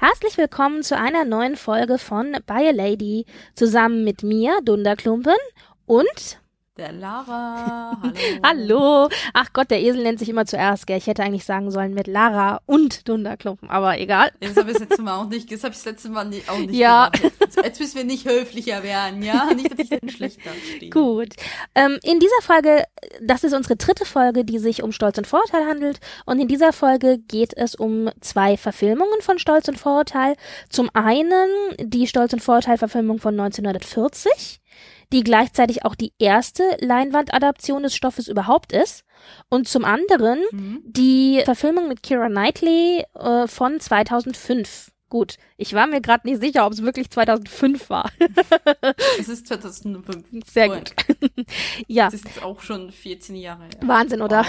Herzlich willkommen zu einer neuen Folge von By a Lady, zusammen mit mir, Dunderklumpen, und der Lara. Hallo. Hallo. Ach Gott, der Esel nennt sich immer zuerst, gell? Ich hätte eigentlich sagen sollen mit Lara und Dunderklumpen, aber egal. Das habe ich das letzte Mal auch nicht ja. gemacht. Jetzt müssen wir nicht höflicher werden, ja? Nicht, dass ich dann schlecht dastehe. Gut. In dieser Folge, das ist unsere 3. Folge, die sich um Stolz und Vorurteil handelt. Und in dieser Folge geht es um 2 Verfilmungen von Stolz und Vorurteil. Zum einen die Stolz und Vorurteil-Verfilmung von 1940, die gleichzeitig auch die erste Leinwandadaption des Stoffes überhaupt ist. Und zum anderen die Verfilmung mit Keira Knightley von 2005. Gut, ich war mir gerade nicht sicher, ob es wirklich 2005 war. Es ist 2005. Sehr gut. Ja. Das ist jetzt auch schon 14 Jahre her. Wahnsinn, oder?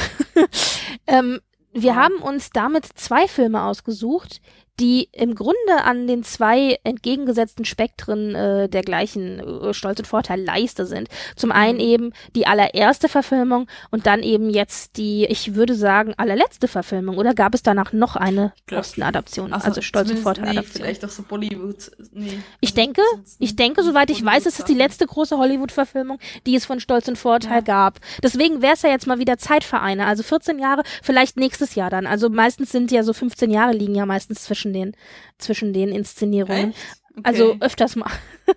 Wir haben uns damit 2 Filme ausgesucht, die im Grunde an den 2 entgegengesetzten Spektren der gleichen Stolz- und Vorteil-Leiste sind. Zum einen eben die allererste Verfilmung und dann eben jetzt die, ich würde sagen, allerletzte Verfilmung. Oder gab es danach noch eine Osten-Adaption, also Stolz- und Vorteil-Adaption? Nee, vielleicht auch so Bollywood. Nee. Ich denke, soweit ich weiß, ist es die letzte große Hollywood-Verfilmung, die es von Stolz und Vorteil gab. Deswegen wäre es ja jetzt mal wieder Zeit für eine. Also 14 Jahre, vielleicht nächstes Jahr dann. Also meistens sind ja so 15 Jahre liegen ja meistens zwischen den Inszenierungen. Echt? Okay. Also öfters mal.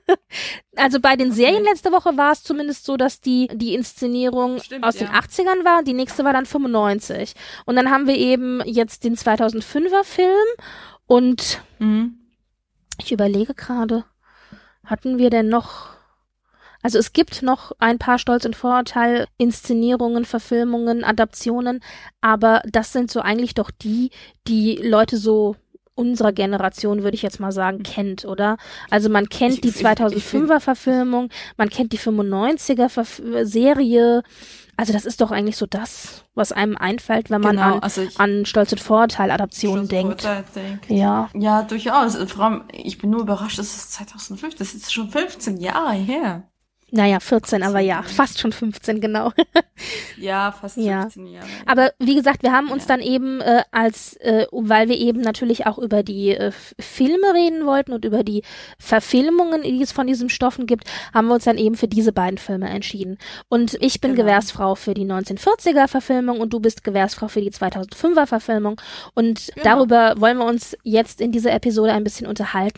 Also bei den Serien letzte Woche war es zumindest so, dass die Inszenierung aus den 80ern war, die nächste war dann 95. Und dann haben wir eben jetzt den 2005er Film und ich überlege gerade, hatten wir denn noch, also es gibt noch ein paar Stolz- und Vorurteil-Inszenierungen, Verfilmungen, Adaptionen, aber das sind so eigentlich doch die Leute so unserer Generation, würde ich jetzt mal sagen, kennt, oder? Also man kennt die 2005er Verfilmung, man kennt die 95er Serie. Also das ist doch eigentlich so das, was einem einfällt, wenn man an Stolz- und Vorurteil-Adaptionen denkt. Ja, durchaus. Vor allem, ich bin nur überrascht, das ist 2005, das ist schon 15 Jahre her. Naja, 14, aber ja, fast schon 15, genau. Ja, fast 15 Jahre. Aber wie gesagt, wir haben uns dann eben weil wir eben natürlich auch über die Filme reden wollten und über die Verfilmungen, die es von diesen Stoffen gibt, haben wir uns dann eben für diese beiden Filme entschieden. Und ich bin Gewährsfrau für die 1940er Verfilmung und du bist Gewährsfrau für die 2005er Verfilmung. Und darüber wollen wir uns jetzt in dieser Episode ein bisschen unterhalten.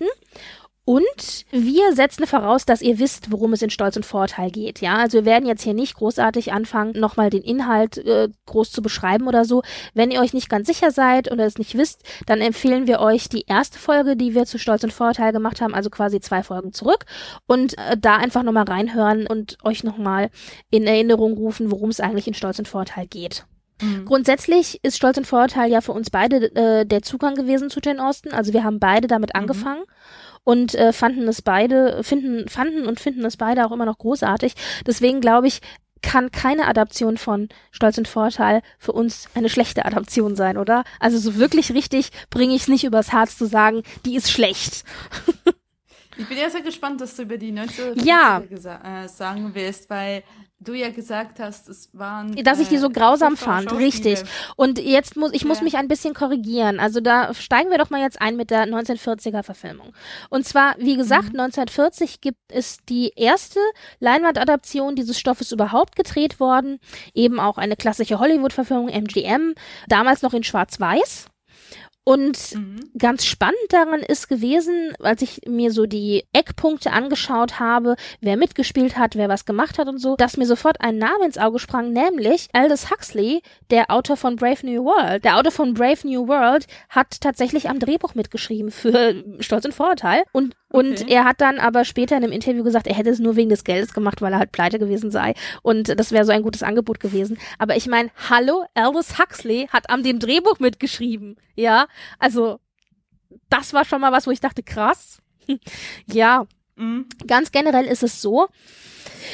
Und wir setzen voraus, dass ihr wisst, worum es in Stolz und Vorurteil geht. Ja, also wir werden jetzt hier nicht großartig anfangen, nochmal den Inhalt groß zu beschreiben oder so. Wenn ihr euch nicht ganz sicher seid oder es nicht wisst, dann empfehlen wir euch die erste Folge, die wir zu Stolz und Vorurteil gemacht haben, also quasi 2 Folgen zurück und da einfach nochmal reinhören und euch nochmal in Erinnerung rufen, worum es eigentlich in Stolz und Vorurteil geht. Grundsätzlich ist Stolz und Vorurteil ja für uns beide der Zugang gewesen zu Jane Austen. Also wir haben beide damit angefangen. Und fanden es beide auch immer noch großartig. Deswegen glaube ich, kann keine Adaption von Stolz und Vorurteil für uns eine schlechte Adaption sein, oder? Also so wirklich richtig bringe ich es nicht übers Herz zu sagen, die ist schlecht. Ich bin ja sehr gespannt, was du über die 1940er sagen willst, weil du ja gesagt hast, es waren... Dass ich die so grausam fand, richtig. Und jetzt muss mich ein bisschen korrigieren. Also da steigen wir doch mal jetzt ein mit der 1940er Verfilmung. Und zwar, wie gesagt, 1940 gibt es die erste Leinwandadaption dieses Stoffes überhaupt gedreht worden. Eben auch eine klassische Hollywood-Verfilmung, MGM, damals noch in Schwarz-Weiß. Und ganz spannend daran ist gewesen, als ich mir so die Eckpunkte angeschaut habe, wer mitgespielt hat, wer was gemacht hat und so, dass mir sofort ein Name ins Auge sprang, nämlich Aldous Huxley, der Autor von Brave New World. Der Autor von Brave New World hat tatsächlich am Drehbuch mitgeschrieben für Stolz und Vorurteil. Und er hat dann aber später in einem Interview gesagt, er hätte es nur wegen des Geldes gemacht, weil er halt pleite gewesen sei. Und das wäre so ein gutes Angebot gewesen. Aber ich meine, hallo, Aldous Huxley hat an dem Drehbuch mitgeschrieben. Ja, also das war schon mal was, wo ich dachte, krass. Ja, ganz generell ist es so,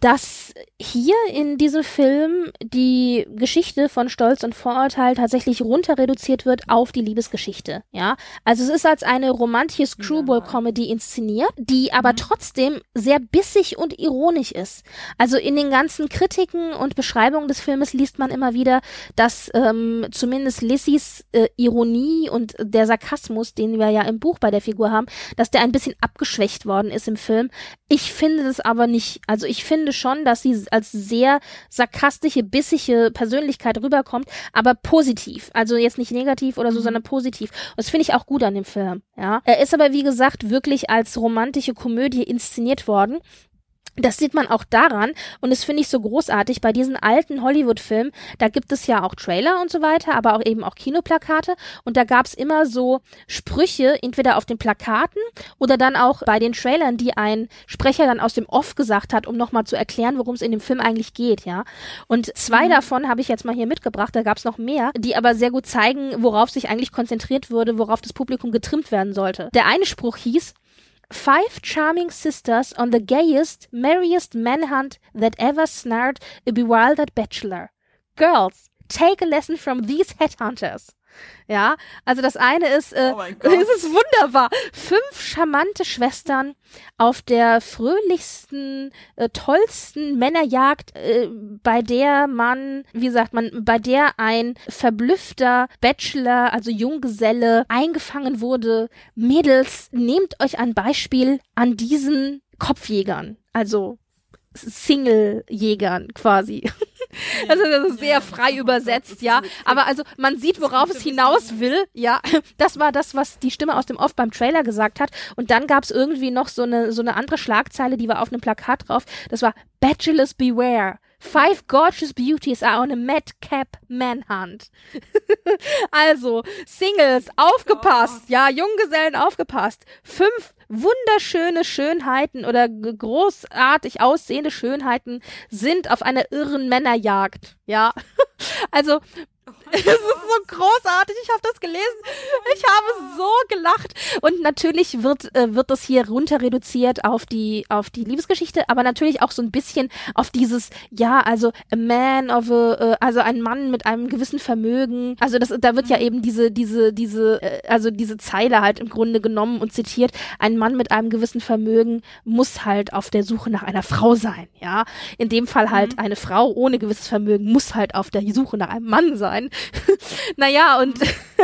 dass hier in diesem Film die Geschichte von Stolz und Vorurteil tatsächlich runter reduziert wird auf die Liebesgeschichte, ja. Also es ist als eine romantische Screwball-Comedy inszeniert, die aber trotzdem sehr bissig und ironisch ist. Also in den ganzen Kritiken und Beschreibungen des Filmes liest man immer wieder, dass zumindest Lizzies Ironie und der Sarkasmus, den wir ja im Buch bei der Figur haben, dass der ein bisschen abgeschwächt worden ist im Film. Ich finde das aber nicht. Also ich finde schon, dass sie als sehr sarkastische, bissige Persönlichkeit rüberkommt, aber positiv. Also jetzt nicht negativ oder so, sondern positiv. Und das finde ich auch gut an dem Film. Ja, er ist aber wie gesagt wirklich als romantische Komödie inszeniert worden. Das sieht man auch daran, und das finde ich so großartig, bei diesen alten Hollywood-Filmen, da gibt es ja auch Trailer und so weiter, aber auch eben auch Kinoplakate, und da gab's immer so Sprüche, entweder auf den Plakaten oder dann auch bei den Trailern, die ein Sprecher dann aus dem Off gesagt hat, um nochmal zu erklären, worum es in dem Film eigentlich geht, ja. Und zwei davon habe ich jetzt mal hier mitgebracht, da gab's noch mehr, die aber sehr gut zeigen, worauf sich eigentlich konzentriert wurde, worauf das Publikum getrimmt werden sollte. Der eine Spruch hieß: "Five charming sisters on the gayest, merriest manhunt that ever snared a bewildered bachelor. Girls, take a lesson from these headhunters." Ja, also das eine ist, Oh mein Gott. es ist wunderbar. 5 charmante Schwestern auf der fröhlichsten, tollsten Männerjagd, bei der man, wie sagt man, bei der ein verblüffter Bachelor, also Junggeselle, eingefangen wurde. Mädels, nehmt euch ein Beispiel an diesen Kopfjägern, also Single-Jägern quasi. Also das ist sehr frei übersetzt, ja. Aber also man sieht, worauf es hinaus will, ja. Das war das, was die Stimme aus dem Off beim Trailer gesagt hat. Und dann gab es irgendwie noch so eine andere Schlagzeile, die war auf einem Plakat drauf. Das war "Bachelors Beware. 5 gorgeous beauties are on a madcap manhunt." Also, Singles, aufgepasst, ja, Junggesellen, aufgepasst. 5 wunderschöne Schönheiten oder großartig aussehende Schönheiten sind auf einer irren Männerjagd, ja. Also, es ist so großartig, ich habe das gelesen, ich habe so gelacht. Und natürlich wird das hier runter reduziert auf die Liebesgeschichte, aber natürlich auch so ein bisschen auf dieses, ja, also also ein Mann mit einem gewissen Vermögen. Also da wird ja eben diese Zeile halt im Grunde genommen und zitiert: Ein Mann mit einem gewissen Vermögen muss halt auf der Suche nach einer Frau sein, ja. In dem Fall halt eine Frau ohne gewisses Vermögen muss halt auf der Suche nach einem Mann sein. Naja, und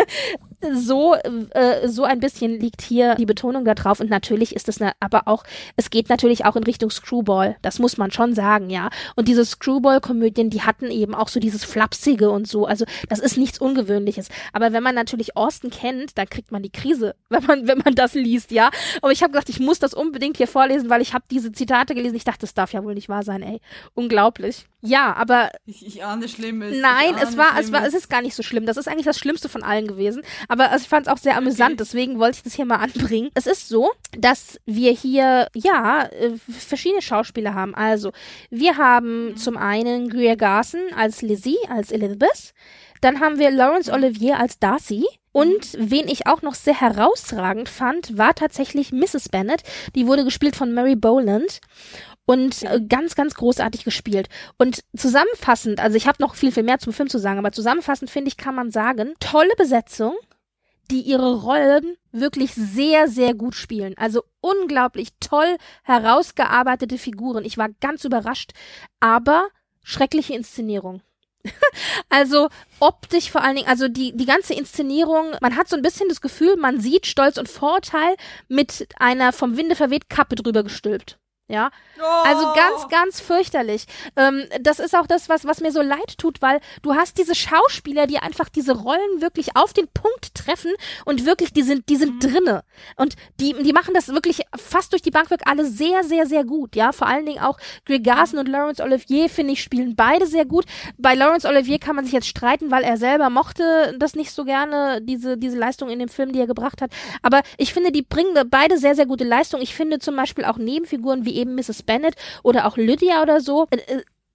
so ein bisschen liegt hier die Betonung da drauf, und natürlich ist es aber auch, es geht natürlich auch in Richtung Screwball, das muss man schon sagen, ja. Und diese Screwball-Komödien, die hatten eben auch so dieses Flapsige und so, also das ist nichts Ungewöhnliches. Aber wenn man natürlich Austen kennt, dann kriegt man die Krise, wenn man das liest, ja. Aber ich habe gedacht, ich muss das unbedingt hier vorlesen, weil ich habe diese Zitate gelesen, ich dachte, das darf ja wohl nicht wahr sein, ey. Unglaublich. Ja, aber ich ahne Schlimmes. Nein, es ist gar nicht so schlimm. Das ist eigentlich das Schlimmste von allen gewesen. Aber ich fand es auch sehr amüsant, deswegen wollte ich das hier mal anbringen. Es ist so, dass wir hier, verschiedene Schauspieler haben. Also, wir haben zum einen Greer Garson als Lizzie, als Elizabeth. Dann haben wir Laurence Olivier als Darcy. Und wen ich auch noch sehr herausragend fand, war tatsächlich Mrs. Bennet. Die wurde gespielt von Mary Boland. Und ganz, ganz großartig gespielt. Und zusammenfassend, also ich habe noch viel, viel mehr zum Film zu sagen, aber zusammenfassend finde ich, kann man sagen, tolle Besetzung, die ihre Rollen wirklich sehr, sehr gut spielen. Also unglaublich toll herausgearbeitete Figuren. Ich war ganz überrascht, aber schreckliche Inszenierung. Also optisch vor allen Dingen, also die ganze Inszenierung, man hat so ein bisschen das Gefühl, man sieht Stolz und Vorurteil mit einer vom Winde verweht Kappe drüber gestülpt. Ja, also ganz, ganz fürchterlich. Das ist auch das, was mir so leid tut, weil du hast diese Schauspieler, die einfach diese Rollen wirklich auf den Punkt treffen und wirklich, die sind drinne. Und die machen das wirklich fast durch die Bank weg alle sehr, sehr, sehr gut. Ja, vor allen Dingen auch Greer Garson und Laurence Olivier, finde ich, spielen beide sehr gut. Bei Laurence Olivier kann man sich jetzt streiten, weil er selber mochte das nicht so gerne, diese Leistung in dem Film, die er gebracht hat. Aber ich finde, die bringen beide sehr, sehr gute Leistung. Ich finde zum Beispiel auch Nebenfiguren wie eben Mrs. Bennet oder auch Lydia oder so,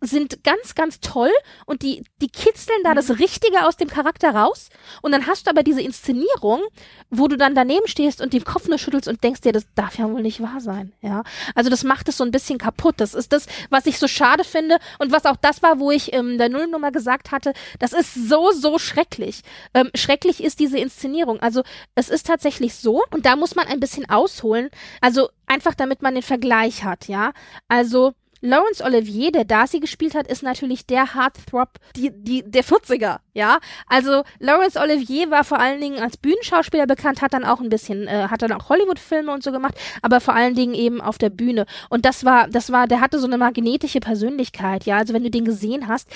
sind ganz, ganz toll und die kitzeln da das Richtige aus dem Charakter raus und dann hast du aber diese Inszenierung, wo du dann daneben stehst und den Kopf nur schüttelst und denkst dir, das darf ja wohl nicht wahr sein, ja. Also das macht es so ein bisschen kaputt. Das ist das, was ich so schade finde und was auch das war, wo ich der Nullnummer gesagt hatte, das ist so, so schrecklich. Schrecklich ist diese Inszenierung. Also es ist tatsächlich so und da muss man ein bisschen ausholen, also einfach damit man den Vergleich hat, ja. Also Laurence Olivier, der Darcy gespielt hat, ist natürlich der Heartthrob der 40er, ja. Also Laurence Olivier war vor allen Dingen als Bühnenschauspieler bekannt, hat dann auch ein bisschen, hat dann auch Hollywood-Filme und so gemacht, aber vor allen Dingen eben auf der Bühne. Und der hatte so eine magnetische Persönlichkeit, ja. Also wenn du den gesehen hast,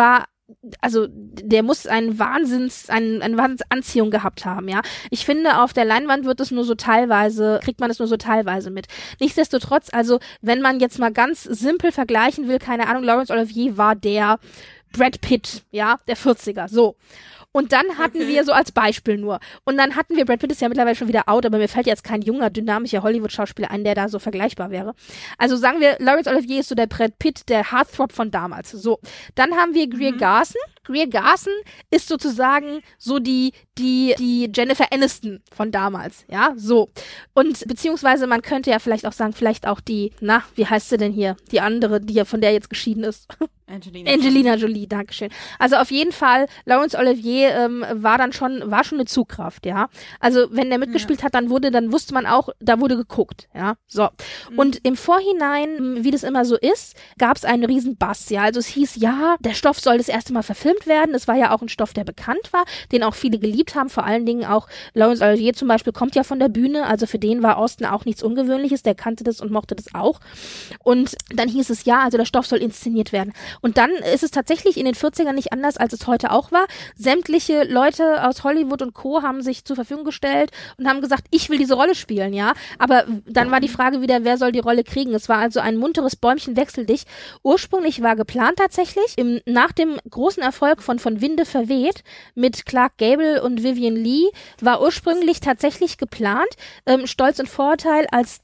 der muss eine Wahnsinnsanziehung gehabt haben, ja. Ich finde, auf der Leinwand kriegt man es nur so teilweise mit. Nichtsdestotrotz, also, wenn man jetzt mal ganz simpel vergleichen will, keine Ahnung, Laurence Olivier war der Brad Pitt, ja, der 40er, so. Und dann hatten wir so als Beispiel nur. Und dann hatten wir, Brad Pitt ist ja mittlerweile schon wieder out, aber mir fällt jetzt kein junger, dynamischer Hollywood-Schauspieler ein, der da so vergleichbar wäre. Also sagen wir, Laurence Olivier ist so der Brad Pitt, der Heartthrob von damals. So. Dann haben wir Greer Garson. Greer Garson ist sozusagen so die Jennifer Aniston von damals, ja, so. Und beziehungsweise man könnte ja vielleicht auch sagen, vielleicht auch wie heißt sie denn hier? Die andere, von der jetzt geschieden ist. Angelina Jolie, dankeschön. Also auf jeden Fall, Laurence Olivier war schon eine Zugkraft, ja. Also wenn der mitgespielt hat, dann wusste man auch, da wurde geguckt, ja. So. Und im Vorhinein, wie das immer so ist, gab es einen riesen Bass, ja. Also es hieß, ja, der Stoff soll das erste Mal verfilmt werden. Es war ja auch ein Stoff, der bekannt war, den auch viele geliebt haben, vor allen Dingen auch Laurence Olivier zum Beispiel kommt ja von der Bühne, also für den war Austen auch nichts Ungewöhnliches, der kannte das und mochte das auch. Und dann hieß es, ja, also der Stoff soll inszeniert werden. Und dann ist es tatsächlich in den 40ern nicht anders, als es heute auch war. Sämtliche Leute aus Hollywood und Co. haben sich zur Verfügung gestellt und haben gesagt, ich will diese Rolle spielen, ja. Aber dann war die Frage wieder, wer soll die Rolle kriegen? Es war also ein munteres Bäumchen wechsel dich. Ursprünglich war geplant tatsächlich, nach dem großen Erfolg von Winde verweht mit Clark Gable und Vivien Leigh, war ursprünglich tatsächlich geplant, Stolz und Vorurteil als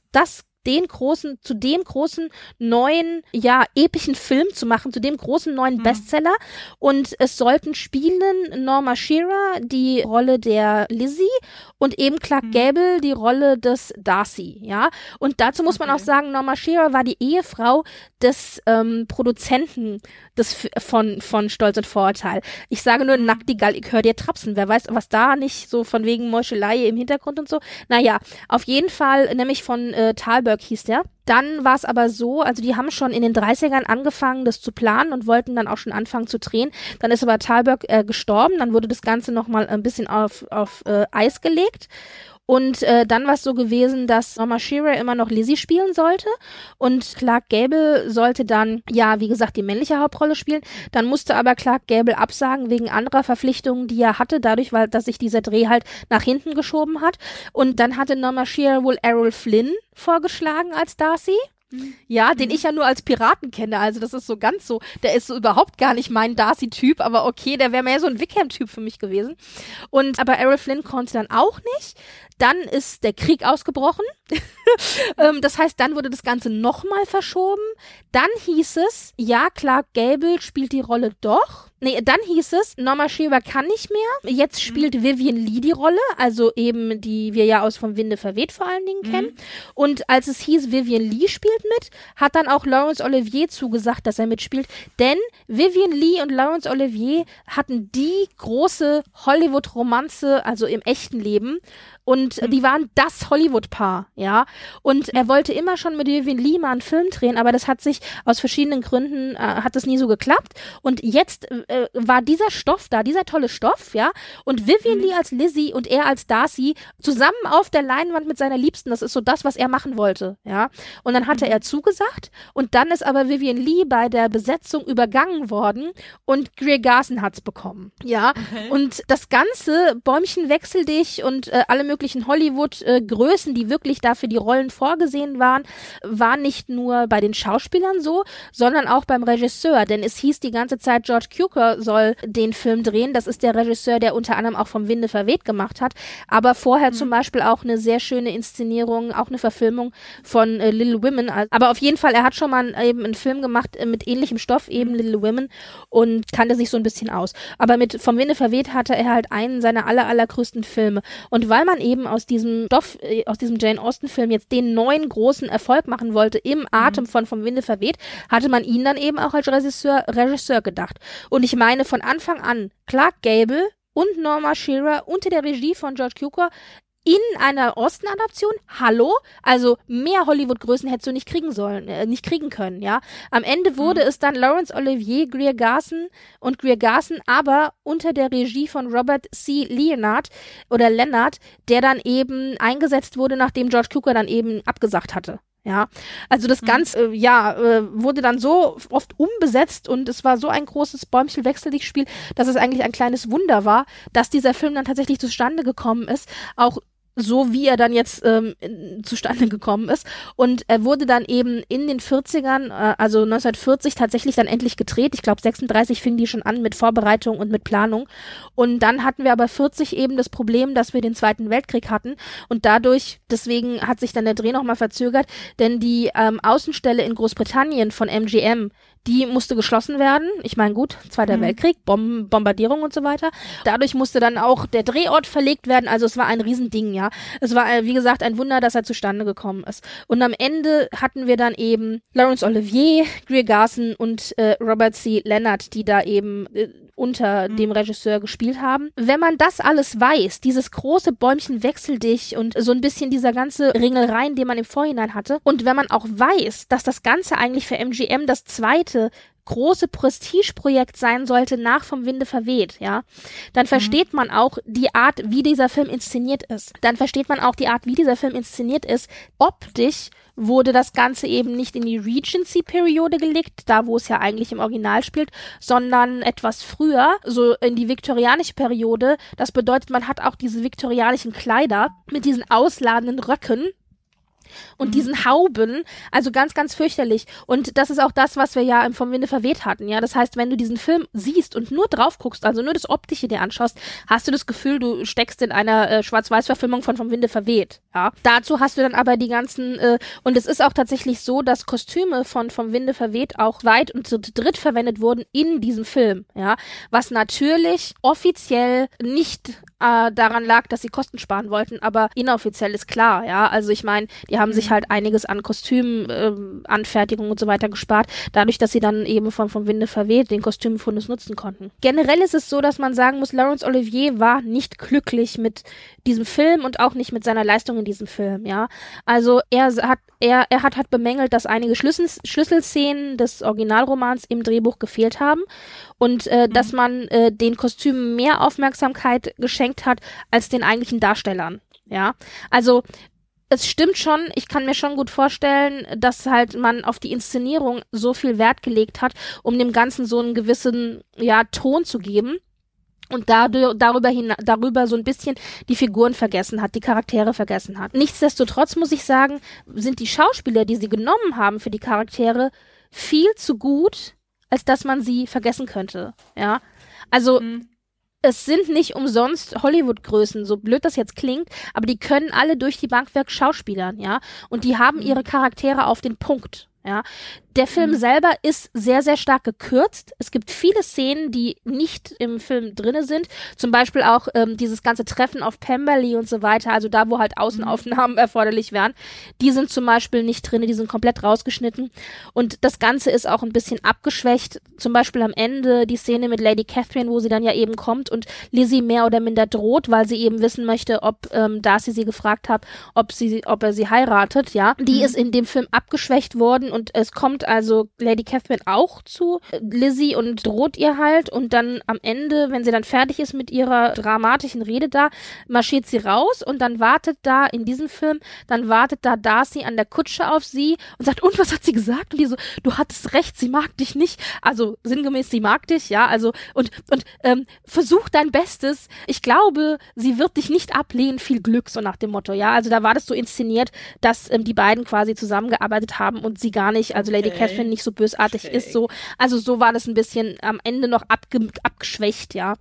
zu dem großen neuen, ja, epischen Film zu machen, zu dem großen neuen Bestseller. Und es sollten spielen Norma Shearer, die Rolle der Lizzie, und eben Clark Gable, die Rolle des Darcy, ja. Und dazu muss man auch sagen, Norma Shearer war die Ehefrau des Produzenten von Stolz und Vorurteil. Ich sage nur Nacktigal, ich höre dir trapsen. Wer weiß, was da nicht so von wegen Meuchelei im Hintergrund und so. Naja, auf jeden Fall, nämlich von Thalberg hieß der. Dann war es aber so, also die haben schon in den 30ern angefangen, das zu planen und wollten dann auch schon anfangen zu drehen. Dann ist aber Thalberg gestorben, dann wurde das Ganze nochmal ein bisschen auf Eis gelegt. Und dann war es so gewesen, dass Norma Shearer immer noch Lizzie spielen sollte und Clark Gable sollte dann, ja, wie gesagt, die männliche Hauptrolle spielen. Dann musste aber Clark Gable absagen wegen anderer Verpflichtungen, die er hatte, dadurch, dass sich dieser Dreh halt nach hinten geschoben hat. Und dann hatte Norma Shearer wohl Errol Flynn vorgeschlagen als Darcy. Ja, den ich ja nur als Piraten kenne, also das ist so ganz so, der ist so überhaupt gar nicht mein Darcy-Typ, aber okay, der wäre mehr so ein Wickham-Typ für mich gewesen. Aber Errol Flynn konnte dann auch nicht. Dann ist der Krieg ausgebrochen. Das heißt, dann wurde das Ganze nochmal verschoben. Dann hieß es, ja, Clark Gable spielt die Rolle doch. Nee, dann hieß es, Norma Shearer kann nicht mehr. Jetzt spielt Vivien Leigh die Rolle, also eben die wir ja aus Vom Winde verweht vor allen Dingen kennen. Und als es hieß, Vivien Leigh spielt mit, hat dann auch Laurence Olivier zugesagt, dass er mitspielt. Denn Vivien Leigh und Laurence Olivier hatten die große Hollywood-Romanze, also im echten Leben. Und die waren das Hollywood-Paar, ja. Und er wollte immer schon mit Vivien Leigh mal einen Film drehen, aber das hat sich aus verschiedenen Gründen, hat das nie so geklappt. Und jetzt war dieser Stoff da, dieser tolle Stoff, ja. Und Vivien Leigh als Lizzie und er als Darcy zusammen auf der Leinwand mit seiner Liebsten, das ist so das, was er machen wollte, ja. Und dann hatte er zugesagt und dann ist aber Vivien Leigh bei der Besetzung übergangen worden und Greer Garson hat's bekommen, ja. Okay. Und das ganze Bäumchen wechsel dich und alle möglichen wirklichen Hollywood-Größen, die wirklich dafür die Rollen vorgesehen waren, war nicht nur bei den Schauspielern so, sondern auch beim Regisseur, denn es hieß die ganze Zeit, George Cukor soll den Film drehen. Das ist der Regisseur, der unter anderem auch Vom Winde verweht gemacht hat, aber vorher zum Beispiel auch eine sehr schöne Inszenierung, auch eine Verfilmung von Little Women. Aber auf jeden Fall, er hat schon mal eben einen Film gemacht mit ähnlichem Stoff, eben Little Women, und kannte sich so ein bisschen aus. Aber mit Vom Winde verweht hatte er halt einen seiner allergrößten Filme. Und weil man eben aus diesem Stoff, aus diesem Jane Austen-Film jetzt den neuen großen Erfolg machen wollte, im Atem von Vom Winde verweht, hatte man ihn dann eben auch als Regisseur gedacht. Und ich meine, von Anfang an, Clark Gable und Norma Shearer unter der Regie von George Cukor in einer Austen-Adaption, hallo? Also mehr Hollywood-Größen hättest du nicht kriegen können, ja. Am Ende wurde es dann Laurence Olivier, Greer Garson, aber unter der Regie von Robert C. Leonard, der dann eben eingesetzt wurde, nachdem George Cukor dann eben abgesagt hatte. Ja, also das Ganze, wurde dann so oft umbesetzt und es war so ein großes Bäumchen-Wechsel-dich-Spiel, dass es eigentlich ein kleines Wunder war, dass dieser Film dann tatsächlich zustande gekommen ist, auch so wie er dann jetzt zustande gekommen ist. Und er wurde dann eben in den 40ern, also 1940 tatsächlich dann endlich gedreht. Ich glaube 36 fing die schon an mit Vorbereitung und mit Planung. Und dann hatten wir aber 40 eben das Problem, dass wir den Zweiten Weltkrieg hatten. Und deswegen hat sich dann der Dreh nochmal verzögert, denn die Außenstelle in Großbritannien von MGM, die musste geschlossen werden. Ich meine, gut, Zweiter Weltkrieg, Bombardierung und so weiter. Dadurch musste dann auch der Drehort verlegt werden. Also es war ein Riesending, ja. Es war, wie gesagt, ein Wunder, dass er zustande gekommen ist. Und am Ende hatten wir dann eben Laurence Olivier, Greer Garson und Robert C. Leonard, die da eben unter dem Regisseur gespielt haben. Wenn man das alles weiß, dieses große Bäumchen wechsel dich und so ein bisschen dieser ganze Ringelreien, den man im Vorhinein hatte, und wenn man auch weiß, dass das Ganze eigentlich für MGM das zweite große Prestigeprojekt sein sollte nach Vom Winde verweht, ja, dann versteht man auch die Art, wie dieser Film inszeniert ist. Optisch wurde das Ganze eben nicht in die Regency-Periode gelegt, da wo es ja eigentlich im Original spielt, sondern etwas früher, so in die viktorianische Periode. Das bedeutet, man hat auch diese viktorianischen Kleider mit diesen ausladenden Röcken und diesen Hauben, also ganz, ganz fürchterlich. Und das ist auch das, was wir ja im Vom Winde verweht hatten, ja. Das heißt, wenn du diesen Film siehst und nur drauf guckst, also nur das Optische dir anschaust, hast du das Gefühl, du steckst in einer Schwarz-Weiß-Verfilmung von Vom Winde verweht, ja. Dazu hast du dann aber die ganzen, und es ist auch tatsächlich so, dass Kostüme von Vom Winde verweht auch weit und zu dritt verwendet wurden in diesem Film, ja. Was natürlich offiziell nicht daran lag, dass sie Kosten sparen wollten, aber inoffiziell ist klar, ja. Also ich meine, die haben sich halt einiges an Kostümen, Anfertigung und so weiter gespart, dadurch, dass sie dann eben vom Winde verweht den Kostümfundus nutzen konnten. Generell ist es so, dass man sagen muss, Laurence Olivier war nicht glücklich mit diesem Film und auch nicht mit seiner Leistung in diesem Film, ja. Also er hat bemängelt, dass einige Schlüsselszenen des Originalromans im Drehbuch gefehlt haben und dass man den Kostümen mehr Aufmerksamkeit geschenkt hat als den eigentlichen Darstellern, ja. Also es stimmt schon, ich kann mir schon gut vorstellen, dass halt man auf die Inszenierung so viel Wert gelegt hat, um dem Ganzen so einen gewissen, ja, Ton zu geben. Und darüber so ein bisschen die Figuren vergessen hat, die Charaktere vergessen hat. Nichtsdestotrotz muss ich sagen, sind die Schauspieler, die sie genommen haben für die Charaktere, viel zu gut, als dass man sie vergessen könnte, ja. Also, es sind nicht umsonst Hollywood-Größen, so blöd das jetzt klingt, aber die können alle durch die Bank weg schauspielern, ja. Und die haben ihre Charaktere auf den Punkt, ja. Der Film selber ist sehr, sehr stark gekürzt. Es gibt viele Szenen, die nicht im Film drinne sind. Zum Beispiel auch dieses ganze Treffen auf Pemberley und so weiter, also da, wo halt Außenaufnahmen erforderlich wären. Die sind zum Beispiel nicht drinne, die sind komplett rausgeschnitten. Und das Ganze ist auch ein bisschen abgeschwächt. Zum Beispiel am Ende die Szene mit Lady Catherine, wo sie dann ja eben kommt und Lizzie mehr oder minder droht, weil sie eben wissen möchte, ob Darcy sie gefragt hat, ob er sie heiratet, ja. Die ist in dem Film abgeschwächt worden reden und es kommt also Lady Catherine auch zu Lizzie und droht ihr halt und dann am Ende, wenn sie dann fertig ist mit ihrer dramatischen Rede da, marschiert sie raus und dann wartet da in diesem Film, Darcy an der Kutsche auf sie und sagt, und was hat sie gesagt? Und die so, du hattest recht, sie mag dich nicht. Also sinngemäß, sie mag dich, ja, also und versuch dein Bestes. Ich glaube, sie wird dich nicht ablehnen, viel Glück, so nach dem Motto, ja. Also da war das so inszeniert, dass die beiden quasi zusammengearbeitet haben und sie gar nicht, also Lady Catherine nicht so bösartig ist, so. Also so war das ein bisschen am Ende noch abgeschwächt, ja.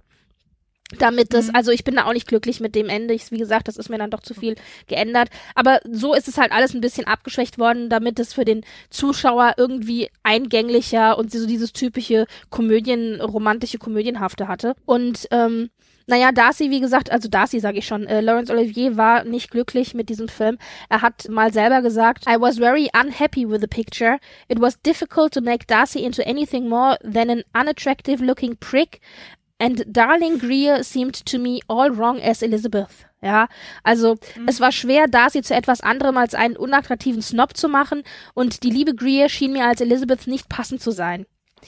Damit das, also ich bin da auch nicht glücklich mit dem Ende. Wie gesagt, das ist mir dann doch zu viel geändert. Aber so ist es halt alles ein bisschen abgeschwächt worden, damit es für den Zuschauer irgendwie eingänglicher und so dieses typische romantische Komödienhafte hatte. Und Darcy, wie gesagt, also Darcy sage ich schon, Laurence Olivier war nicht glücklich mit diesem Film. Er hat mal selber gesagt, I was very unhappy with the picture. It was difficult to make Darcy into anything more than an unattractive looking prick. And Darling Greer seemed to me all wrong as Elizabeth. Ja, also es war schwer, Darcy zu etwas anderem als einen unattraktiven Snob zu machen und die liebe Greer schien mir als Elizabeth nicht passend zu sein.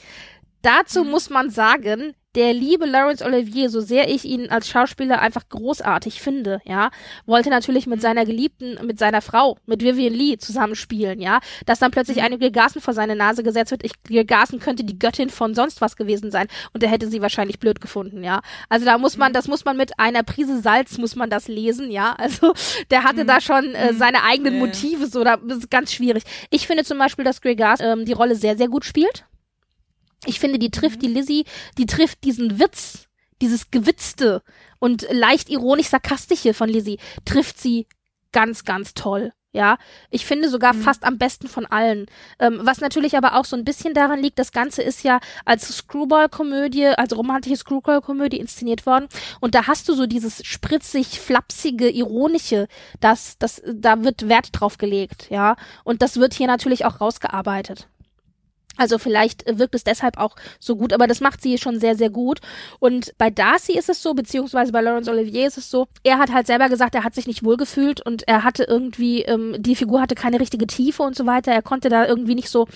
Dazu muss man sagen, der liebe Laurence Olivier, so sehr ich ihn als Schauspieler einfach großartig finde, ja, wollte natürlich mit seiner Geliebten, mit seiner Frau, mit Vivien Leigh zusammenspielen, ja, dass dann plötzlich eine Greer Garson vor seine Nase gesetzt wird. Greer Garson könnte die Göttin von sonst was gewesen sein und er hätte sie wahrscheinlich blöd gefunden, ja. Also das muss man mit einer Prise Salz muss man das lesen, ja. Also der hatte da schon seine eigenen Motive, so, das ist ganz schwierig. Ich finde zum Beispiel, dass Greer Garson die Rolle sehr, sehr gut spielt. Ich finde, die trifft die Lizzie, die trifft diesen Witz, dieses Gewitzte und leicht ironisch-sarkastische von Lizzie, trifft sie ganz, ganz toll. Ja, ich finde sogar fast am besten von allen. Was natürlich aber auch so ein bisschen daran liegt, das Ganze ist ja als Screwball-Komödie, also romantische Screwball-Komödie inszeniert worden. Und da hast du so dieses spritzig, flapsige, ironische, da wird Wert drauf gelegt, ja. Und das wird hier natürlich auch rausgearbeitet. Also vielleicht wirkt es deshalb auch so gut, aber das macht sie schon sehr, sehr gut. Und bei Darcy ist es so, beziehungsweise bei Laurence Olivier ist es so, er hat halt selber gesagt, er hat sich nicht wohlgefühlt und er hatte irgendwie, die Figur hatte keine richtige Tiefe und so weiter. Er konnte da irgendwie nicht so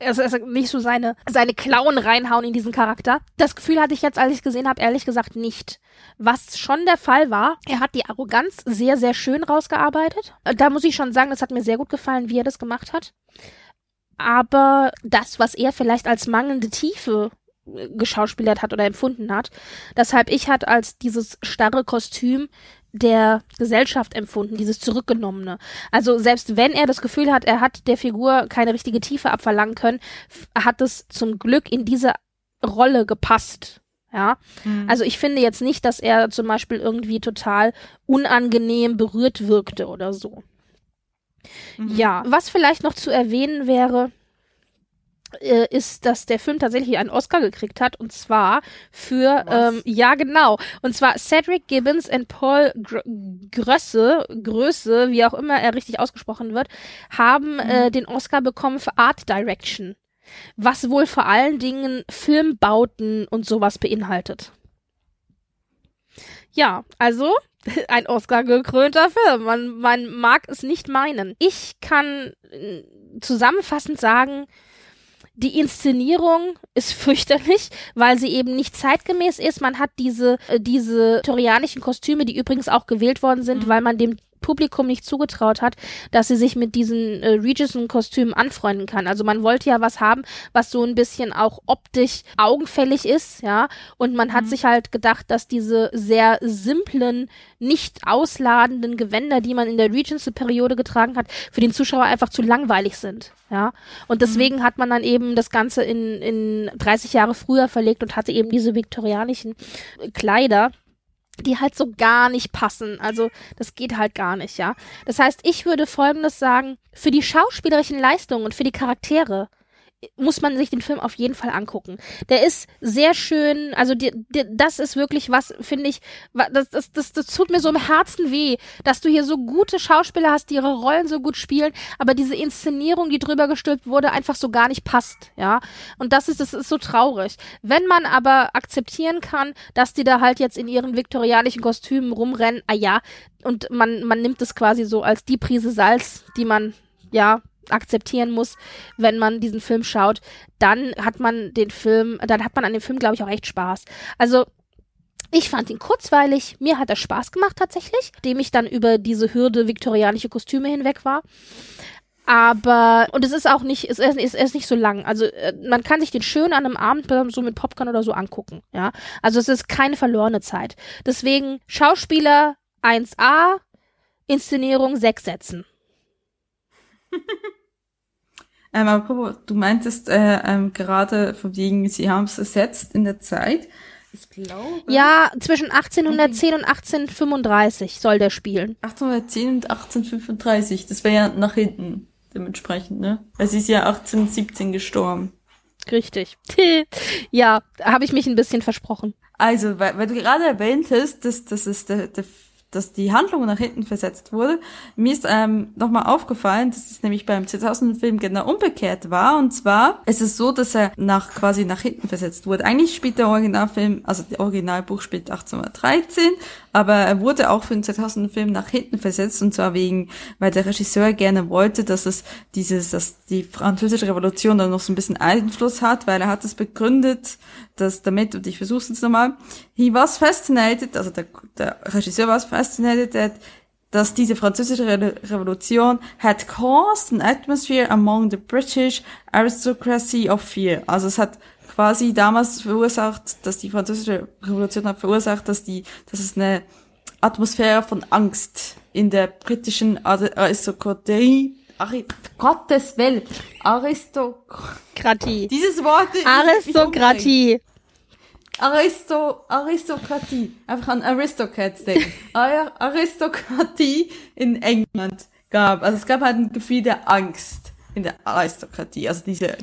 seine Klauen reinhauen in diesen Charakter. Das Gefühl hatte ich jetzt, als ich gesehen habe, ehrlich gesagt nicht. Was schon der Fall war, er hat die Arroganz sehr, sehr schön rausgearbeitet. Da muss ich schon sagen, das hat mir sehr gut gefallen, wie er das gemacht hat. Aber das, was er vielleicht als mangelnde Tiefe geschauspielert hat oder empfunden hat, das habe ich halt als dieses starre Kostüm der Gesellschaft empfunden, dieses Zurückgenommene. Also selbst wenn er das Gefühl hat, er hat der Figur keine richtige Tiefe abverlangen können, hat es zum Glück in diese Rolle gepasst. Ja, also ich finde jetzt nicht, dass er zum Beispiel irgendwie total unangenehm berührt wirkte oder so. Ja, was vielleicht noch zu erwähnen wäre, ist, dass der Film tatsächlich einen Oscar gekriegt hat, und zwar für, und zwar Cedric Gibbons und Paul Grösse, wie auch immer er richtig ausgesprochen wird, haben den Oscar bekommen für Art Direction, was wohl vor allen Dingen Filmbauten und sowas beinhaltet. Ja, also ein Oscar-gekrönter Film. Man mag es nicht meinen. Ich kann zusammenfassend sagen, die Inszenierung ist fürchterlich, weil sie eben nicht zeitgemäß ist. Man hat diese viktorianischen Kostüme, die übrigens auch gewählt worden sind, weil man dem Publikum nicht zugetraut hat, dass sie sich mit diesen Regency-Kostümen anfreunden kann. Also man wollte ja was haben, was so ein bisschen auch optisch augenfällig ist, ja, und man hat sich halt gedacht, dass diese sehr simplen, nicht ausladenden Gewänder, die man in der Regency-Periode getragen hat, für den Zuschauer einfach zu langweilig sind, ja, und deswegen hat man dann eben das Ganze in 30 Jahre früher verlegt und hatte eben diese viktorianischen Kleider, die halt so gar nicht passen. Also das geht halt gar nicht, ja. Das heißt, ich würde Folgendes sagen, für die schauspielerischen Leistungen und für die Charaktere muss man sich den Film auf jeden Fall angucken. Der ist sehr schön, also das ist wirklich was, finde ich, das tut mir so im Herzen weh, dass du hier so gute Schauspieler hast, die ihre Rollen so gut spielen, aber diese Inszenierung, die drüber gestülpt wurde, einfach so gar nicht passt, ja. Und das ist so traurig. Wenn man aber akzeptieren kann, dass die da halt jetzt in ihren viktorianischen Kostümen rumrennen, und man nimmt es quasi so als die Prise Salz, die man, ja, akzeptieren muss, wenn man diesen Film schaut, dann hat man an dem Film, glaube ich, auch echt Spaß. Also ich fand ihn kurzweilig, mir hat er Spaß gemacht tatsächlich, indem ich dann über diese Hürde viktorianische Kostüme hinweg war. Aber, und es ist auch nicht, es ist nicht so lang. Also man kann sich den schön an einem Abend so mit Popcorn oder so angucken. Ja, also es ist keine verlorene Zeit. Deswegen Schauspieler 1A, Inszenierung 6 Sätzen. Aber du meintest gerade von wegen, sie haben es ersetzt in der Zeit. Ich glaube. Ja, zwischen 1810 und 1835 soll der spielen. 1810 und 1835, das wäre ja nach hinten dementsprechend, ne? Weil sie ist ja 1817 gestorben. Richtig. Ja, da habe ich mich ein bisschen versprochen. Also, weil du gerade erwähntest, dass die Handlung nach hinten versetzt wurde. Mir ist nochmal aufgefallen, dass es nämlich beim 2000-Film genau umgekehrt war. Und zwar ist es so, dass er quasi nach hinten versetzt wurde. Eigentlich spielt der Originalfilm, also der Originalbuch spielt 1813, aber er wurde auch für den 2000-Film nach hinten versetzt. Und zwar weil der Regisseur gerne wollte, dass die französische Revolution dann noch so ein bisschen Einfluss hat, weil er hat es begründet, und ich versuche es jetzt nochmal, he was fascinated, also der Regisseur war fascinated, dass diese französische Revolution had caused an atmosphere among the British aristocracy of fear. Also es hat quasi damals verursacht, dass die französische Revolution hat verursacht, dass es eine Atmosphäre von Angst in der britischen Aristokratie, Gottes Willen, Aristokratie. Dieses Wort. Aristokratie. Aristokratie. Einfach an Aristocrats denken. Aristokratie in England gab. Also es gab halt ein Gefühl der Angst in der Aristokratie. Also diese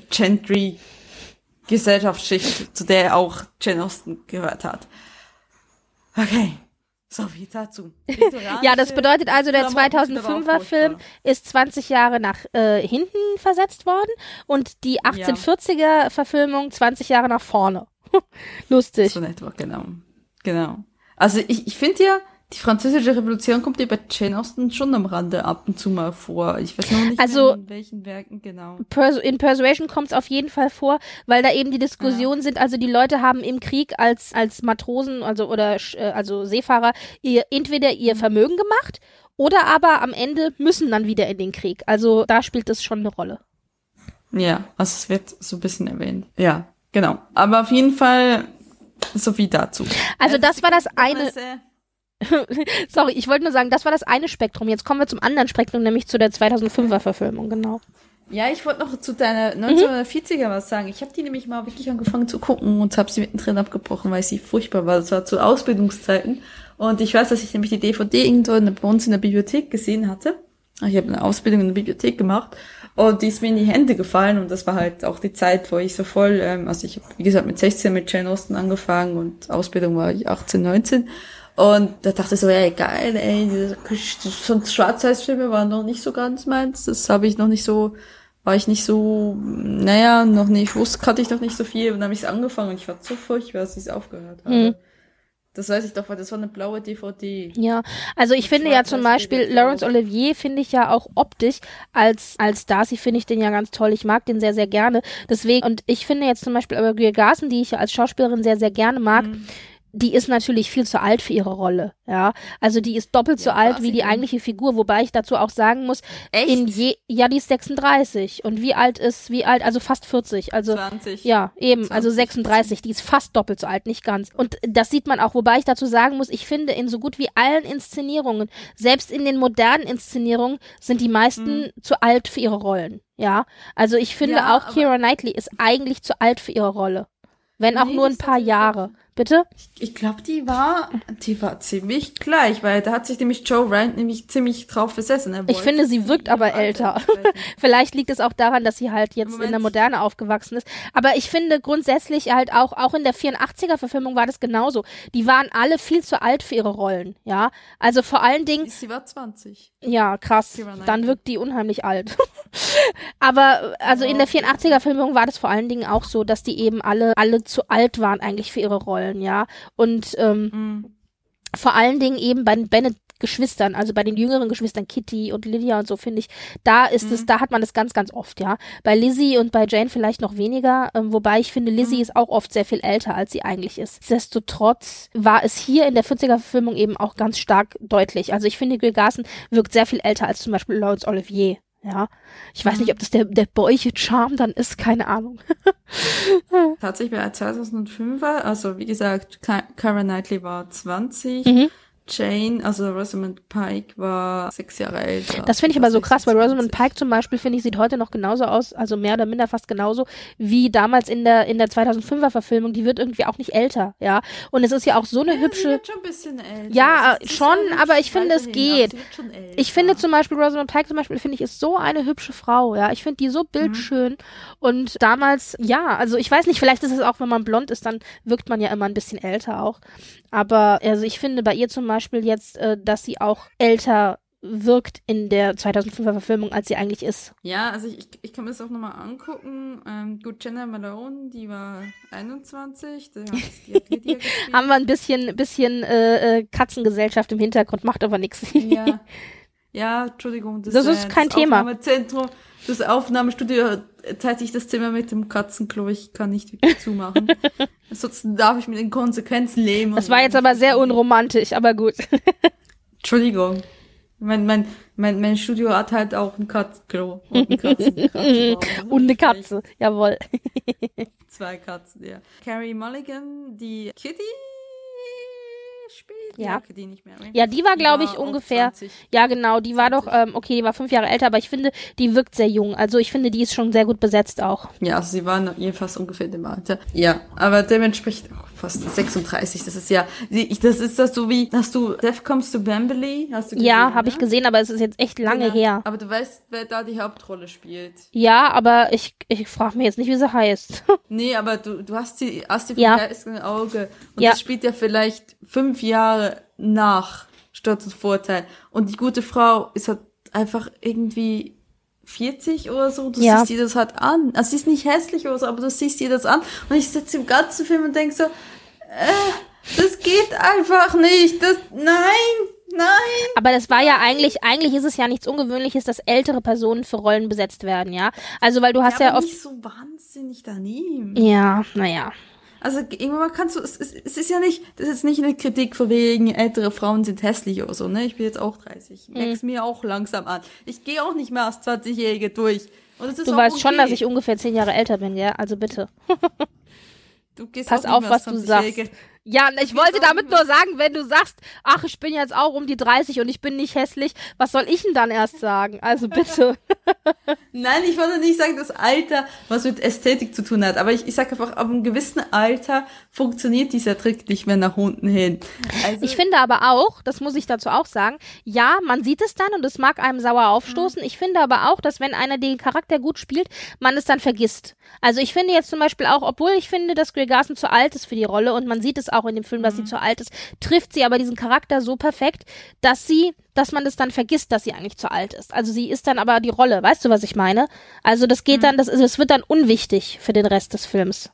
Gentry-Gesellschaftsschicht, zu der auch Jane Austen gehört hat. Okay. So viel dazu. Ja, das bedeutet also, der 2005er Film ist 20 Jahre nach hinten versetzt worden und die 1840er Verfilmung 20 Jahre nach vorne. Lustig. So etwa, genau. Also ich finde ja, die französische Revolution kommt ja bei Jane Austen schon am Rande ab und zu mal vor. Ich weiß noch nicht in welchen Werken genau. In Persuasion kommt es auf jeden Fall vor, weil da eben die Diskussionen sind, also die Leute haben im Krieg als Matrosen, also Seefahrer, entweder ihr Vermögen gemacht oder aber am Ende müssen dann wieder in den Krieg. Also da spielt das schon eine Rolle. Ja, also es wird so ein bisschen erwähnt. Ja, genau. Aber auf jeden Fall so viel dazu. Also das war das eine... Sorry, ich wollte nur sagen, das war das eine Spektrum. Jetzt kommen wir zum anderen Spektrum, nämlich zu der 2005er Verfilmung, genau. Ja, ich wollte noch zu deiner 1940er was sagen. Ich habe die nämlich mal wirklich angefangen zu gucken und habe sie mittendrin abgebrochen, weil sie furchtbar war. Das war zu Ausbildungszeiten. Und ich weiß, dass ich nämlich die DVD irgendwo bei uns in der Bibliothek gesehen hatte. Ich habe eine Ausbildung in der Bibliothek gemacht und die ist mir in die Hände gefallen und das war halt auch die Zeit, wo ich so voll, also ich habe, wie gesagt, mit 16 mit Jane Austen angefangen und Ausbildung war ich 18, 19. Und da dachte ich so, ey, geil, ey, so Schwarz-Weiß-Filme waren noch nicht so ganz meins. Das habe ich noch nicht so, kannte ich noch nicht so viel. Und dann habe ich es angefangen und ich war so furchtbar, dass ich es aufgehört habe. Das weiß ich doch, weil das war eine blaue DVD. Ja, also ich finde ja zum Beispiel Laurence Olivier finde ich ja auch optisch als Darcy finde ich den ja ganz toll. Ich mag den sehr, sehr gerne. Deswegen, und ich finde jetzt zum Beispiel aber Greer Garson, die ich ja als Schauspielerin sehr, sehr gerne mag, die ist natürlich viel zu alt für ihre Rolle, ja. Also die ist doppelt so alt wie die eigentliche Figur, wobei ich dazu auch sagen muss, echt? Die ist 36 und also fast 40, also 20. Ja, eben, 20. also 36, die ist fast doppelt so alt, nicht ganz. Und das sieht man auch, wobei ich dazu sagen muss, ich finde in so gut wie allen Inszenierungen, selbst in den modernen Inszenierungen, sind die meisten zu alt für ihre Rollen, ja. Also ich finde auch Keira Knightley ist eigentlich zu alt für ihre Rolle. Wenn auch nur ein paar Jahre. Bitte? Ich glaube, die war ziemlich gleich, weil da hat sich nämlich Joe Wright nämlich ziemlich drauf besessen. Ich finde, sie wirkt aber älter. Vielleicht liegt es auch daran, dass sie halt jetzt in der Moderne aufgewachsen ist. Aber ich finde grundsätzlich halt auch in der 84er-Verfilmung war das genauso. Die waren alle viel zu alt für ihre Rollen, ja. Also vor allen Dingen... Sie war 20. Ja, krass. Dann wirkt die unheimlich alt. Aber also in der 84er-Verfilmung war das vor allen Dingen auch so, dass die eben alle zu alt waren eigentlich für ihre Rollen, ja. Und vor allen Dingen eben bei Benedict Geschwistern, also bei den jüngeren Geschwistern Kitty und Lydia und so, finde ich, da ist es, da hat man das ganz, ganz oft, ja. Bei Lizzie und bei Jane vielleicht noch weniger, wobei ich finde, Lizzie ist auch oft sehr viel älter, als sie eigentlich ist. Nichtsdestotrotz war es hier in der 40er-Verfilmung eben auch ganz stark deutlich. Also ich finde, Greer Garson wirkt sehr viel älter als zum Beispiel Laurence Olivier. Ja, ich weiß nicht, ob das der bäuche Charme dann ist, keine Ahnung. Tatsächlich bei 2005 war, also wie gesagt, Keira Knightley war 20, Jane, also Rosamund Pike war 6 Jahre älter. Das finde ich aber so krass, weil Rosamund Pike zum Beispiel, finde ich, sieht heute noch genauso aus, also mehr oder minder fast genauso, wie damals in der 2005er Verfilmung. Die wird irgendwie auch nicht älter, ja. Und es ist ja auch so eine hübsche... Sie wird schon ein bisschen älter. Ja, schon, aber ich finde, es geht. Ich finde zum Beispiel, Rosamund Pike zum Beispiel, finde ich, ist so eine hübsche Frau, ja. Ich finde die so bildschön. Und damals, ja, also ich weiß nicht, vielleicht ist es auch, wenn man blond ist, dann wirkt man ja immer ein bisschen älter auch. Aber also ich finde bei ihr zum Beispiel jetzt, dass sie auch älter wirkt in der 2005er Verfilmung, als sie eigentlich ist. Ja, also ich kann mir das auch nochmal angucken. Gut, Jenna Malone, die war 21, die hat Lydia gespielt. Haben wir ein bisschen Katzengesellschaft im Hintergrund, macht aber nichts. Ja, Entschuldigung. Das ist kein Thema. Das Aufnahmestudio teilt sich das Zimmer mit dem Katzenklo. Ich kann nicht wirklich zumachen. Ansonsten darf ich mit den Konsequenzen leben. Das war jetzt aber sehr unromantisch, aber gut. Entschuldigung. Mein Studio hat halt auch ein Katzenklo. Und und eine Katze, jawohl. 2 Katzen, ja. Carey Mulligan, die Kitty spielt. Ja. Die nicht mehr. Ja, die war, glaube ich, ungefähr. 20. Ja, genau, die 20. war doch, okay, die war 5 Jahre älter, aber ich finde, die wirkt sehr jung. Also ich finde, die ist schon sehr gut besetzt auch. Ja, also sie waren jedenfalls ungefähr in dem Alter. Ja, aber dementsprechend fast 36. Das ist ja, das ist das so wie, hast du Death Comes to Bamberley? Hast du gesehen, ja, habe ich gesehen, aber es ist jetzt echt lange her. Aber du weißt, wer da die Hauptrolle spielt. Ja, aber ich frage mich jetzt nicht, wie sie heißt. Nee, aber du hast die vom geistigen Auge. Und das spielt ja vielleicht 5 Jahre nach Sturz und Vorteil. Und die gute Frau ist halt einfach irgendwie 40 oder so. Du siehst ihr das halt an. Also sie ist nicht hässlich oder so, aber du siehst ihr das an. Und ich sitze im ganzen Film und denke so, das geht einfach nicht. Nein. Aber das war ja eigentlich ist es ja nichts Ungewöhnliches, dass ältere Personen für Rollen besetzt werden, ja? Also, weil du hast ja aber oft... nicht so wahnsinnig daneben. Ja, naja. Also irgendwann kannst du, es ist ja nicht, das ist jetzt nicht eine Kritik von wegen, ältere Frauen sind hässlich oder so, ne? Ich bin jetzt auch 30. Merk's mir auch langsam an. Ich gehe auch nicht mehr als 20-Jährige durch. Und es ist du auch weißt okay. schon, dass ich ungefähr 10 Jahre älter bin, gell? Also bitte. Du gehst Pass auf, was du sagst. Ja, ich wollte damit nur sagen, wenn du sagst, ach, ich bin jetzt auch um die 30 und ich bin nicht hässlich, was soll ich denn dann erst sagen? Also bitte. Nein, ich wollte nicht sagen, dass Alter was mit Ästhetik zu tun hat, aber ich sage einfach, ab einem gewissen Alter funktioniert dieser Trick nicht mehr nach unten hin. Also ich finde aber auch, das muss ich dazu auch sagen, ja, man sieht es dann und es mag einem sauer aufstoßen. Ich finde aber auch, dass wenn einer den Charakter gut spielt, man es dann vergisst. Also ich finde jetzt zum Beispiel auch, obwohl ich finde, dass Greer Garson zu alt ist für die Rolle und man sieht es auch in dem Film, dass sie zu alt ist, trifft sie aber diesen Charakter so perfekt, dass man das dann vergisst, dass sie eigentlich zu alt ist. Also sie ist dann aber die Rolle, weißt du, was ich meine? Also das geht dann, das wird dann unwichtig für den Rest des Films.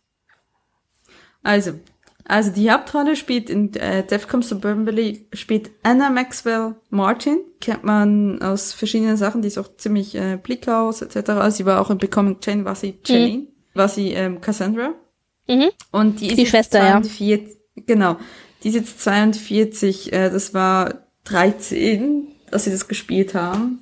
Also die Hauptrolle spielt in Death Comes to Bamberley spielt Anna Maxwell Martin. Kennt man aus verschiedenen Sachen, die ist auch ziemlich Blickhaus etc. Also sie war auch in Becoming Jane, war sie Jane, war sie Cassandra. Und die ist die Schwester, 42, genau. Die ist jetzt 42, das war 13, dass sie das gedreht haben.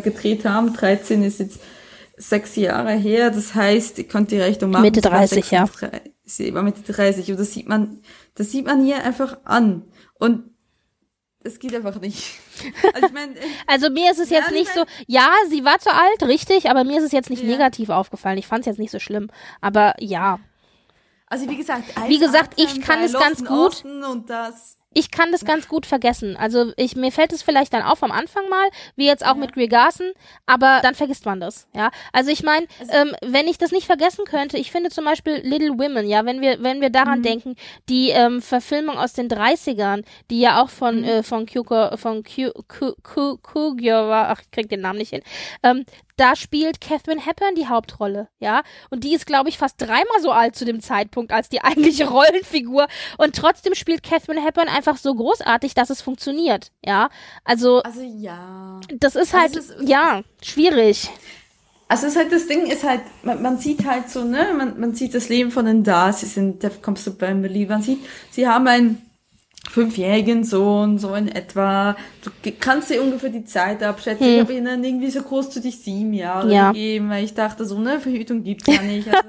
13 ist jetzt 6 Jahre her, das heißt, ich konnte die Rechnung machen. Mitte 30, ja. Sie war Mitte 30 und das sieht man hier einfach an. Und es geht einfach nicht. Also, ich mein, also mir ist es jetzt nicht so, ja, sie war zu alt, richtig, aber mir ist es jetzt nicht negativ aufgefallen. Ich fand es jetzt nicht so schlimm, aber ja. Also wie gesagt, ich kann es ganz gut. Ich kann das ganz gut vergessen. Also mir fällt es vielleicht dann auf am Anfang mal, wie jetzt auch mit Greer Garson, aber dann vergisst man das, ja. Also ich meine, wenn ich das nicht vergessen könnte, ich finde zum Beispiel Little Women, ja, wenn wir daran denken, die Verfilmung aus den 30ern, die ja auch von Kugier war, ach, ich krieg den Namen nicht hin, da spielt Katharine Hepburn die Hauptrolle, ja. Und die ist, glaube ich, fast 3-mal so alt zu dem Zeitpunkt als die eigentliche Rollenfigur. Und trotzdem spielt Katharine Hepburn einfach so großartig, dass es funktioniert, ja. Also ja. Das ist halt, schwierig. Also es ist halt, das Ding ist halt, man sieht halt so, ne, man sieht das Leben von den Darcys in Death Comes to Pemberley. Man sieht, sie haben einen 5-jährigen Sohn, so in etwa. Du kannst dir ungefähr die Zeit abschätzen. Ich habe ihnen irgendwie so großzügig 7 Jahre gegeben, weil ich dachte, so eine Verhütung gibt's ja nicht. Also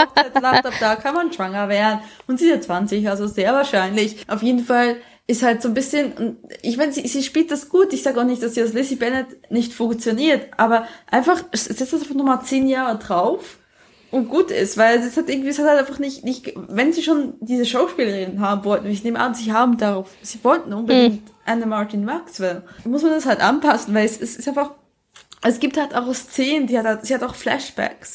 ab da kann man schwanger werden. Und sie ist ja 20, also sehr wahrscheinlich. Auf jeden Fall ist halt so ein bisschen, ich meine, sie spielt das gut. Ich sage auch nicht, dass sie als Lizzie Bennet nicht funktioniert, aber einfach, setzt das einfach nochmal 10 Jahre drauf und gut ist, weil es hat halt einfach nicht, wenn sie schon diese Schauspielerin haben wollten, ich nehme an, sie wollten unbedingt Anna Martin Maxwell, muss man das halt anpassen, weil es ist einfach, es gibt halt auch Szenen, sie hat auch Flashbacks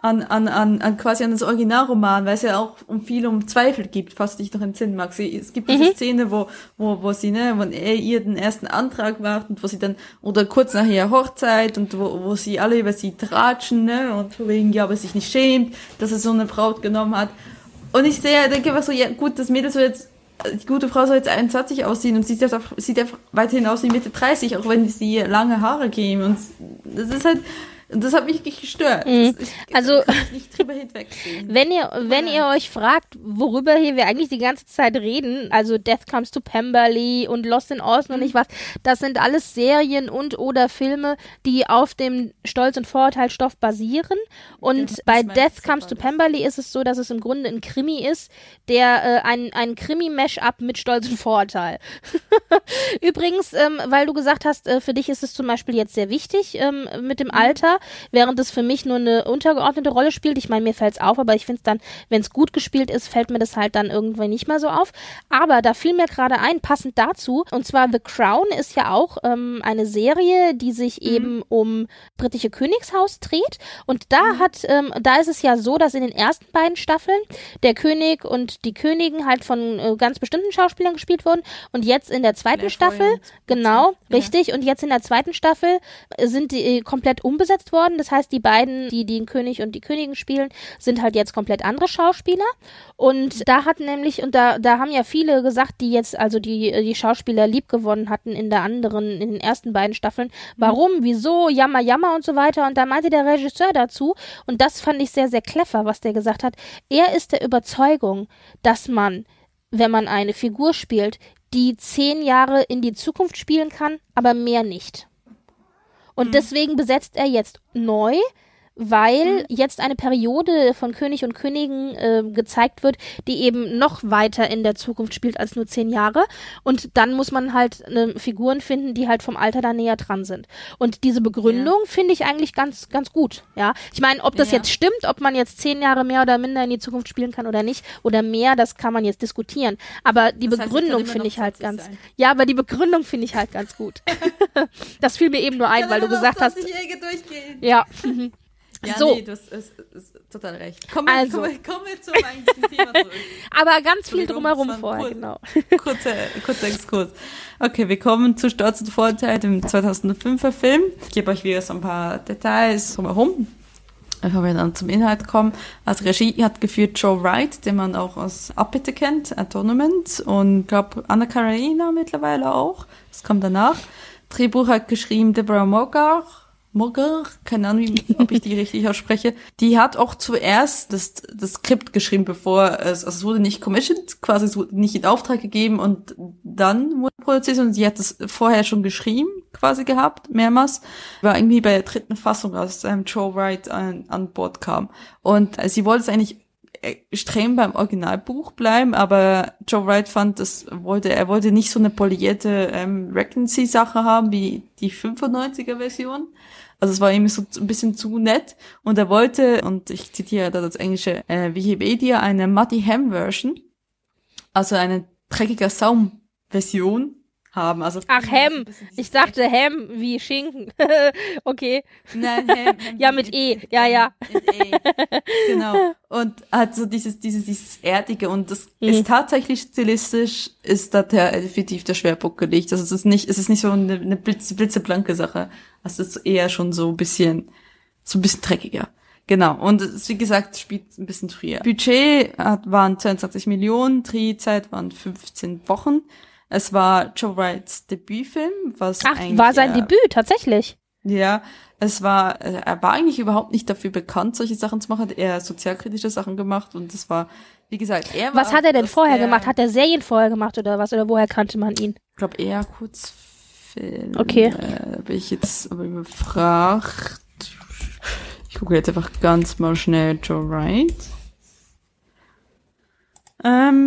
quasi an das Originalroman, weil es ja auch viel um Zweifel gibt, fast nicht noch in Sinn mag. Es gibt diese Szene, wo sie, ne, wo er ihr den ersten Antrag macht und wo sie dann, oder kurz nach ihrer Hochzeit und wo sie alle über sie tratschen, ne, und wegen, ja, aber sich nicht schämt, dass er so eine Braut genommen hat. Und ich denke einfach so, ja, gut, das Mädel soll jetzt, die gute Frau soll jetzt 21 aussehen und sieht einfach weiterhin aus wie Mitte 30, auch wenn sie lange Haare geben und das ist halt, und das hat mich nicht gestört. Also, kann ich nicht drüber hinwegsehen. Wenn ihr euch fragt, worüber hier wir eigentlich die ganze Zeit reden, also Death Comes to Pemberley und Lost in Austen und nicht was, das sind alles Serien und oder Filme, die auf dem Stolz- und Vorurteilsstoff basieren. Und bei Death Comes to Pemberley ist es so, dass es im Grunde ein Krimi ist, der ein Krimi-Mash-up mit Stolz und Vorurteil. Übrigens, weil du gesagt hast, für dich ist es zum Beispiel jetzt sehr wichtig mit dem Alter, während es für mich nur eine untergeordnete Rolle spielt. Ich meine, mir fällt es auf, aber ich finde es dann, wenn es gut gespielt ist, fällt mir das halt dann irgendwie nicht mehr so auf. Aber da fiel mir gerade ein, passend dazu, und zwar The Crown ist ja auch eine Serie, die sich eben um britische Königshaus dreht. Und da ist es ja so, dass in den ersten beiden Staffeln der König und die Königin halt von ganz bestimmten Schauspielern gespielt wurden. Und jetzt in der zweiten Staffel, genau, richtig, und jetzt in der zweiten Staffel sind die komplett umbesetzt worden. Das heißt, die beiden, die den König und die Königin spielen, sind halt jetzt komplett andere Schauspieler. Und da hat nämlich, und da haben ja viele gesagt, die jetzt also die Schauspieler liebgewonnen hatten in den ersten beiden Staffeln, warum, wieso, jammer und so weiter. Und da meinte der Regisseur dazu, und das fand ich sehr, sehr clever, was der gesagt hat, er ist der Überzeugung, dass man, wenn man eine Figur spielt, die 10 Jahre in die Zukunft spielen kann, aber mehr nicht. Und deswegen besetzt er jetzt neu, weil jetzt eine Periode von König und Königin gezeigt wird, die eben noch weiter in der Zukunft spielt als nur 10 Jahre. Und dann muss man halt Figuren finden, die halt vom Alter da näher dran sind. Und diese Begründung finde ich eigentlich ganz, ganz gut. Ja, ich meine, ob das jetzt stimmt, ob man jetzt 10 Jahre mehr oder minder in die Zukunft spielen kann oder nicht, oder mehr, das kann man jetzt diskutieren. Aber die Begründung finde ich halt ganz, aber die Begründung finde ich halt ganz gut. Das fiel mir eben nur ein, weil du gesagt hast. Ja. Ja, so. Nee, das ist total recht. Kommen wir zum eigentlichen Thema zurück. Aber ganz viel drumherum vorher, genau. Kurzer Exkurs. Okay, wir kommen zu Stolz und Vorurteil, dem 2005er Film. Ich gebe euch wieder so ein paar Details drumherum, bevor wir dann zum Inhalt kommen. Als Regie hat geführt Joe Wright, den man auch aus Abbitte kennt, Atonement, und ich glaube Anna Karenina mittlerweile auch. Das kommt danach. Drehbuch hat geschrieben Deborah Mogar, keine Ahnung, ob ich die richtig ausspreche. Die hat auch zuerst das Skript geschrieben, bevor es wurde nicht commissioned, quasi es wurde nicht in Auftrag gegeben und dann wurde produziert, und sie hat das vorher schon geschrieben, quasi gehabt, mehrmals. War irgendwie bei der 3. Fassung, als Joe Wright an Bord kam. Und sie wollte es eigentlich streng beim Originalbuch bleiben, aber Joe Wright er wollte nicht so eine polierte Regency-Sache haben wie die 95er-Version. Also es war ihm so ein bisschen zu nett, und er wollte, und ich zitiere da das englische Wikipedia, eine Muddy Ham-Version, also eine dreckiger Saum-Version haben. Also ach, Ham. Ich dachte Ham wie Schinken. Okay. Nein, Ham. Ja, mit E. Ja. Mit E. Genau. Und hat so dieses Erdige, und das ist tatsächlich stilistisch, ist da definitiv der Schwerpunkt gelegt. Also es ist nicht so eine blitzeblanke Sache. Also es ist eher schon so ein bisschen so ein bisschen dreckiger. Genau. Und es, wie gesagt, spielt ein bisschen früher. Budget waren 22 Millionen, Drehzeit waren 15 Wochen. Es war Joe Wrights Debütfilm, was eigentlich... war sein Debüt, tatsächlich. Ja, er war eigentlich überhaupt nicht dafür bekannt, solche Sachen zu machen. Hat eher sozialkritische Sachen gemacht und das war, wie gesagt, Was hat er denn vorher gemacht? Hat er Serien vorher gemacht oder was? Oder woher kannte man ihn? Ich glaube eher Kurzfilm. Okay. Bin ich jetzt aber überfragt. Ich gucke jetzt einfach ganz mal schnell Joe Wright. Du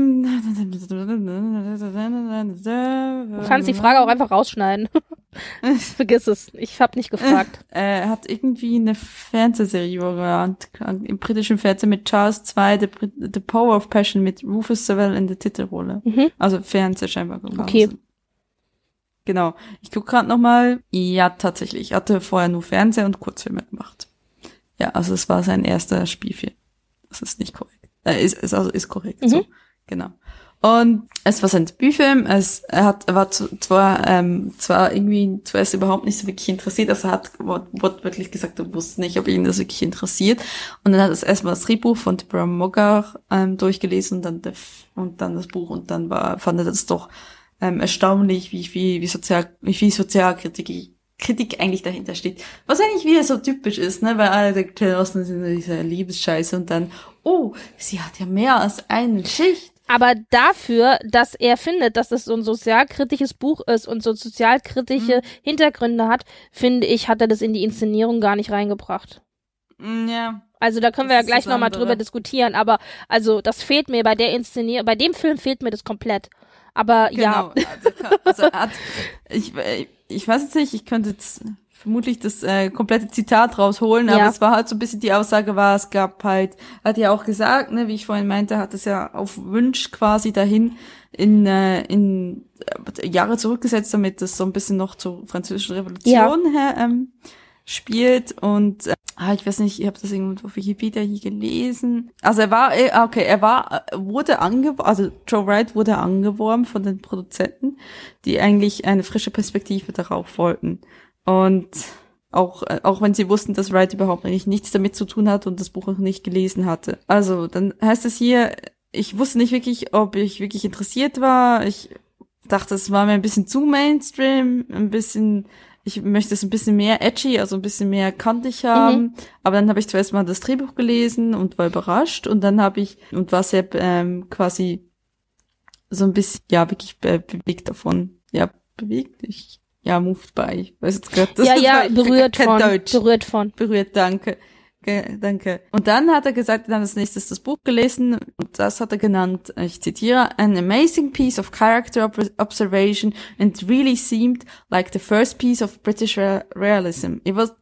kannst die Frage auch einfach rausschneiden. Vergiss es. Ich habe nicht gefragt. Er hat irgendwie eine Fernsehserie gehabt, im britischen Fernsehen mit Charles II, The Power of Passion mit Rufus Sewell in der Titelrolle. Also Fernseh scheinbar gemacht. Okay. Genau. Ich gucke gerade nochmal. Ja, tatsächlich. Ich hatte vorher nur Fernseh und Kurzfilme gemacht. Ja, also es war sein erster Spielfilm. Das ist nicht korrekt. Ist korrekt. So. Genau. Und es war sein Debütfilm. Er war zwar irgendwie zuerst überhaupt nicht so wirklich interessiert, also er hat wortwörtlich gesagt, er wusste nicht, ob ihn das wirklich interessiert. Und dann hat er erstmal das Drehbuch von Deborah Mogar durchgelesen und dann das Buch und dann fand er das doch erstaunlich, wie viel Sozialkritik eigentlich dahinter steht. Was eigentlich wieder so typisch ist, ne, weil alle der Jane Austen sind diese Liebesscheiße und dann, oh, sie hat ja mehr als eine Schicht. Aber dafür, dass er findet, dass es so ein sozialkritisches Buch ist und so sozialkritische Hintergründe hat, finde ich, hat er das in die Inszenierung gar nicht reingebracht. Ja. Also da können wir ja gleich nochmal drüber diskutieren, aber also das fehlt mir bei der Inszenierung, bei dem Film fehlt mir das komplett. Aber genau, ja. Also ich weiß jetzt nicht, ich könnte jetzt vermutlich das komplette Zitat rausholen, aber es war halt so ein bisschen, die Aussage war, es gab halt, hat ja auch gesagt, ne, wie ich vorhin meinte, hat es ja auf Wunsch quasi dahin in Jahre zurückgesetzt, damit es so ein bisschen noch zur Französischen Revolution spielt und ich weiß nicht, ich habe das irgendwo auf Wikipedia hier gelesen. Also Joe Wright wurde angeworben von den Produzenten, die eigentlich eine frische Perspektive darauf wollten. Und auch wenn sie wussten, dass Wright überhaupt eigentlich nichts damit zu tun hat und das Buch noch nicht gelesen hatte. Also, dann heißt es hier, ich wusste nicht wirklich, ob ich wirklich interessiert war. Ich dachte, es war mir ein bisschen zu Mainstream, ich möchte es ein bisschen mehr edgy, also ein bisschen mehr kantig haben. Aber dann habe ich zuerst mal das Drehbuch gelesen und war überrascht und dann war sehr quasi so ein bisschen, ja, wirklich bewegt davon. Ja, bewegt. Moved by. Ich weiß jetzt gerade, berührt von. Berührt, danke. Danke. Und dann hat er gesagt, dann als nächstes das Buch gelesen und das hat er genannt, ich zitiere, an amazing piece of character observation and it really seemed like the first piece of British realism.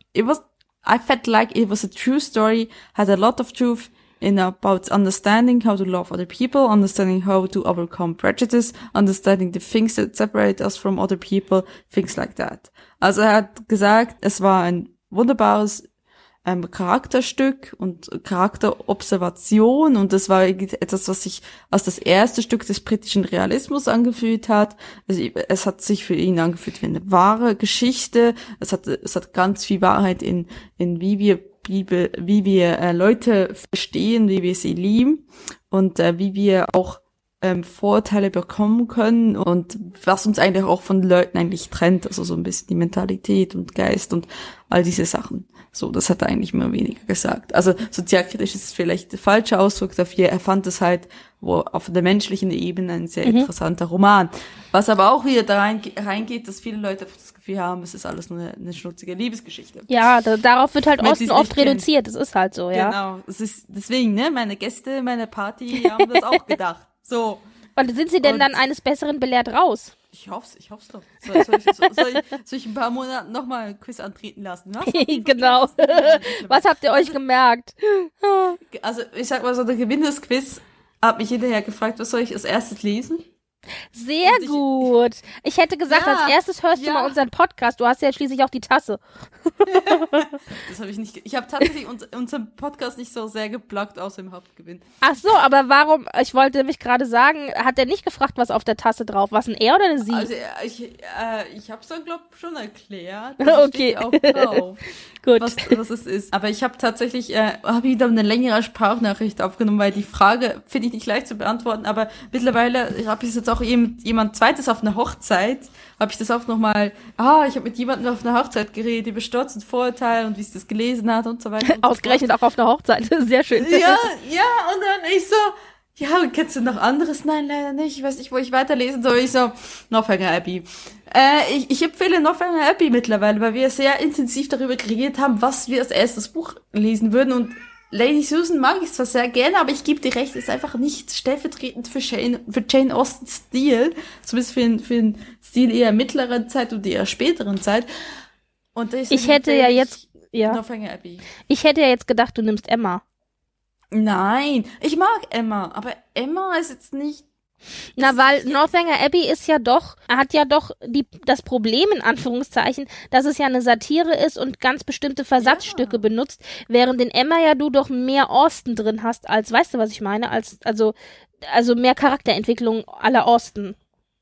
I felt like it was a true story, had a lot of truth about understanding how to love other people, understanding how to overcome prejudice, understanding the things that separate us from other people, things like that. Also er hat gesagt, es war ein wunderbares Charakterstück und Charakterobservation und das war etwas, was sich als das erste Stück des britischen Realismus angefühlt hat. Also es hat sich für ihn angefühlt wie eine wahre Geschichte. Es hat ganz viel Wahrheit in wie wir Leute verstehen, wie wir sie lieben und wie wir auch Vorurteile bekommen können und was uns eigentlich auch von Leuten eigentlich trennt, also so ein bisschen die Mentalität und Geist und all diese Sachen. So, das hat er eigentlich mehr weniger gesagt. Also sozialkritisch ist vielleicht der falsche Ausdruck dafür. Er fand es halt auf der menschlichen Ebene ein sehr interessanter Roman. Was aber auch wieder da reingeht, dass viele Leute das Gefühl haben, es ist alles nur eine schmutzige Liebesgeschichte. Ja, darauf wird halt oft reduziert. Das ist halt so, ja. Genau, es ist deswegen, ne, meine Gäste, meine Party haben das auch gedacht. So. Und sind sie denn dann eines Besseren belehrt raus? Ich hoff's doch. Soll ich ein paar Monate nochmal ein Quiz antreten lassen? Genau. Was habt ihr euch gemerkt? Also, ich sag mal so, der Gewinner des Quiz hat mich hinterher gefragt, was soll ich als erstes lesen? Sehr gut. Ich hätte gesagt, als erstes hörst du mal unseren Podcast. Du hast ja schließlich auch die Tasse. Das habe ich nicht. Ich habe tatsächlich unseren Podcast nicht so sehr geplagt, außer im Hauptgewinn. Ach so, aber warum, ich wollte nämlich gerade sagen, hat er nicht gefragt, was auf der Tasse drauf, was ein Er oder eine Sie? Also ich habe es dann, glaube ich, schon erklärt. Das Okay. steht auch drauf, Gut. was es ist. Aber ich habe tatsächlich, habe wieder eine längere Sprachnachricht aufgenommen, weil die Frage finde ich nicht leicht zu beantworten, aber mittlerweile habe ich es jetzt auch jemand Zweites auf einer Hochzeit, habe ich das auch nochmal, ich habe mit jemandem auf einer Hochzeit geredet über Stolz und Vorurteil und wie sie das gelesen hat und so weiter. Und Ausgerechnet auch auf einer Hochzeit, sehr schön. Ja, und dann ich so, ja, kennst du noch anderes? Nein, leider nicht. Ich weiß nicht, wo ich weiterlesen soll. Ich so, Northanger Abbey. Ich empfehle Northanger Abbey mittlerweile, weil wir sehr intensiv darüber geredet haben, was wir als erstes Buch lesen würden. Und Lady Susan mag ich zwar sehr gerne, aber ich gebe dir recht, ist einfach nicht stellvertretend für Jane Austens Stil. Zumindest für den Stil eher mittleren Zeit und eher späteren Zeit. Und ich hätte ja jetzt, Northanger Abbey. Ich hätte ja jetzt gedacht, du nimmst Emma. Nein, ich mag Emma, aber Emma ist jetzt nicht. Na, weil Northanger Abbey hat ja doch das Problem, in Anführungszeichen, dass es ja eine Satire ist und ganz bestimmte Versatzstücke benutzt, während in Emma ja du doch mehr Austen drin hast als, weißt du, was ich meine? Also mehr Charakterentwicklung à la Austen.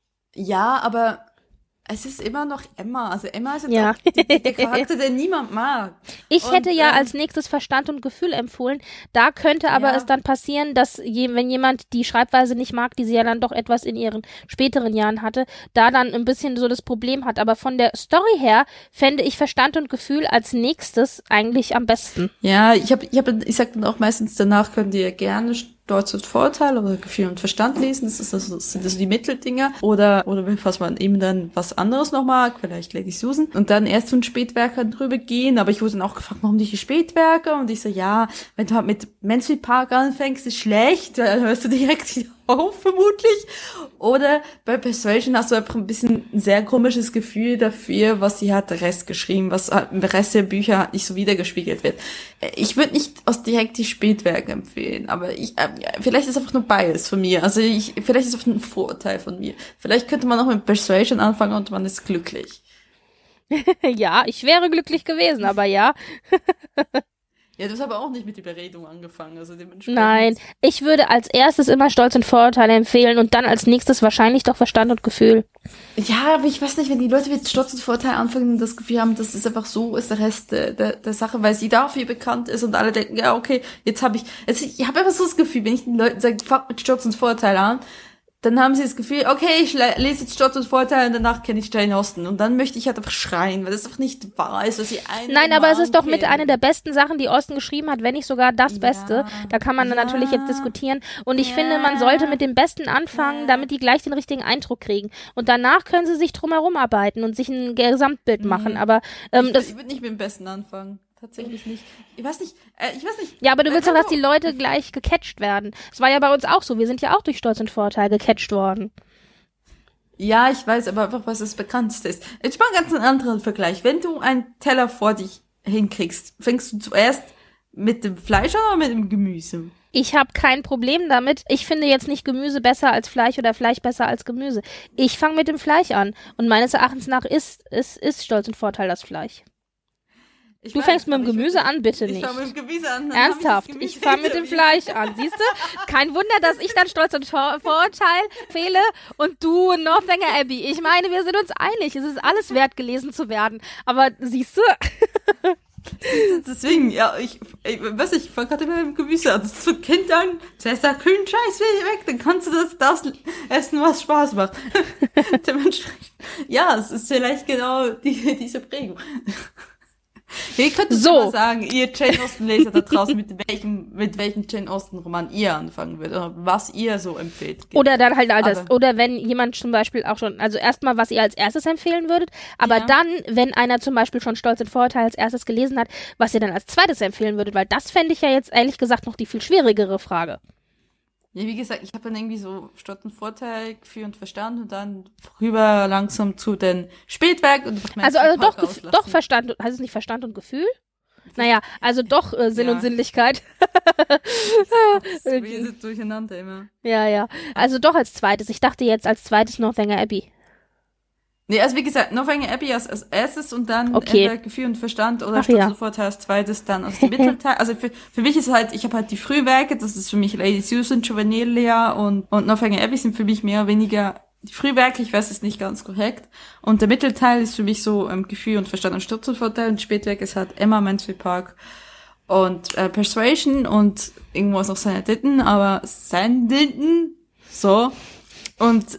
Ja, aber es ist immer noch Emma. Also Emma ist jetzt auch der Charakter, den niemand mag. Ich hätte ja als nächstes Verstand und Gefühl empfohlen. Da könnte aber es dann passieren, dass wenn jemand die Schreibweise nicht mag, die sie ja dann doch etwas in ihren späteren Jahren hatte, da dann ein bisschen so das Problem hat. Aber von der Story her fände ich Verstand und Gefühl als nächstes eigentlich am besten. Ja, ich sag dann auch meistens, danach könnt ihr gerne Stolz und Vorurteil oder Gefühl und Verstand lesen. Das sind also die Mitteldinger. Oder was man eben dann was anderes noch mag, vielleicht Lady Susan. Und dann erst von Spätwerkern drüber gehen. Aber ich wurde dann auch gefragt, warum nicht die Spätwerke? Und ich so, ja, wenn du halt mit Mansfield Park anfängst, ist schlecht. Dann hörst du direkt wieder auf, vermutlich. Oder bei Persuasion hast du einfach ein bisschen ein sehr komisches Gefühl dafür, was sie hat der Rest geschrieben, was halt im Rest der Bücher nicht so wiedergespiegelt wird. Ich würde nicht direkt die Spätwerke empfehlen, aber vielleicht ist es einfach nur Bias von mir. Also vielleicht ist es einfach ein Vorurteil von mir. Vielleicht könnte man auch mit Persuasion anfangen und man ist glücklich. Ja, ich wäre glücklich gewesen, aber ja. Ja, du hast aber auch nicht mit Überredung angefangen. Also nein, ich würde als erstes immer Stolz und Vorurteile empfehlen und dann als nächstes wahrscheinlich doch Verstand und Gefühl. Ja, aber ich weiß nicht, wenn die Leute mit Stolz und Vorurteile anfangen und das Gefühl haben, dass es einfach so ist, der Rest der Sache, weil sie dafür bekannt ist und alle denken, ja, okay, jetzt habe ich habe einfach so das Gefühl, wenn ich den Leuten sage, fangt mit Stolz und Vorurteile an, dann haben sie das Gefühl, okay, ich lese jetzt Stolz und Vorurteile und danach kenne ich Jane Austen. Und dann möchte ich halt einfach schreien, weil das einfach nicht wahr ist, was sie Nein, aber es ist doch mit einer der besten Sachen, die Austen geschrieben hat, wenn nicht sogar das Beste. Da kann man dann natürlich jetzt diskutieren. Und ich finde, man sollte mit dem Besten anfangen, damit die gleich den richtigen Eindruck kriegen. Und danach können sie sich drumherum arbeiten und sich ein Gesamtbild machen. Aber ich würde nicht mit dem Besten anfangen. Tatsächlich nicht. Ich weiß nicht. Ja, aber du willst doch, dass die Leute gleich gecatcht werden. Das war ja bei uns auch so. Wir sind ja auch durch Stolz und Vorurteil gecatcht worden. Ja, ich weiß, aber einfach, was das Bekannteste ist. Jetzt mal einen ganz anderen Vergleich. Wenn du einen Teller vor dich hinkriegst, fängst du zuerst mit dem Fleisch an oder mit dem Gemüse? Ich habe kein Problem damit. Ich finde jetzt nicht Gemüse besser als Fleisch oder Fleisch besser als Gemüse. Ich fange mit dem Fleisch an. Und meines Erachtens nach ist Stolz und Vorurteil das Fleisch. Du fängst mit dem Gemüse an, bitte nicht. Ich fange mit dem Gemüse an. Ernsthaft, ich fange mit dem Fleisch an, siehst du? Kein Wunder, dass ich dann Stolz und Vorurteil fehle und du Northanger Abbey. Ich meine, wir sind uns einig, es ist alles wert, gelesen zu werden. Aber siehst du? Deswegen, ja, ich fange gerade immer mit dem Gemüse an. Das ist für Kinder, zuerst der kühlen Scheiß weg, dann kannst du das essen, was Spaß macht. Dementsprechend, ja, es ist vielleicht genau diese Prägung. Ihr könnt mal sagen, ihr Jane Austen-Leser da draußen, mit welchem Jane Austen-Roman ihr anfangen würdet, oder was ihr so empfehlt. Oder dann halt oder wenn jemand zum Beispiel auch schon, also erstmal, was ihr als erstes empfehlen würdet, aber dann, wenn einer zum Beispiel schon Stolz und Vorurteil als erstes gelesen hat, was ihr dann als zweites empfehlen würdet, weil das fände ich ja jetzt ehrlich gesagt noch die viel schwierigere Frage. Ja, wie gesagt, ich habe dann irgendwie so Stolz und Vorteil, Gefühl und Verstand und dann rüber langsam zu den Spätwerk und also doch Verstand, heißt es nicht Verstand und Gefühl? Naja, also doch Sinn und Sinnlichkeit. Wir sind durcheinander immer. Ja. Also doch als zweites. Ich dachte jetzt als zweites Northanger Abbey. Nee, also wie gesagt, Northanger Abbey als erstes und dann Okay. Gefühl und Verstand oder Ach Sturz ja. und Vorteil als zweites, dann aus dem Mittelteil. Also für mich ist halt, ich habe halt die Frühwerke, das ist für mich Lady Susan, Juvenilia und Northanger Abbey sind für mich mehr oder weniger die Frühwerke, ich weiß es nicht ganz korrekt. Und der Mittelteil ist für mich so Gefühl und Verstand und Sturz und Vorteil und Spätwerk ist halt Emma, Mansfield Park und Persuasion und irgendwas noch Sanditon, so. Und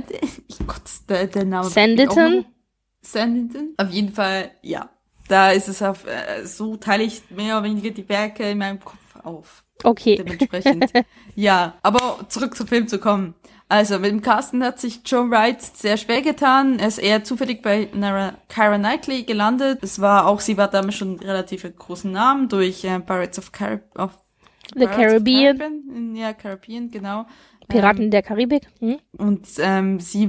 der Name. Sanditon? Sanditon? Auf jeden Fall, ja. Da ist es so teile ich mehr oder weniger die Werke in meinem Kopf auf. Okay. Dementsprechend. Ja, aber zurück zum Film zu kommen. Also, mit dem Casten hat sich Joe Wright sehr schwer getan. Er ist eher zufällig bei Keira Knightley gelandet. Sie war damals schon relativ großen Namen durch Pirates of The Caribbean. Ja, Caribbean, genau. Piraten der Karibik. Und sie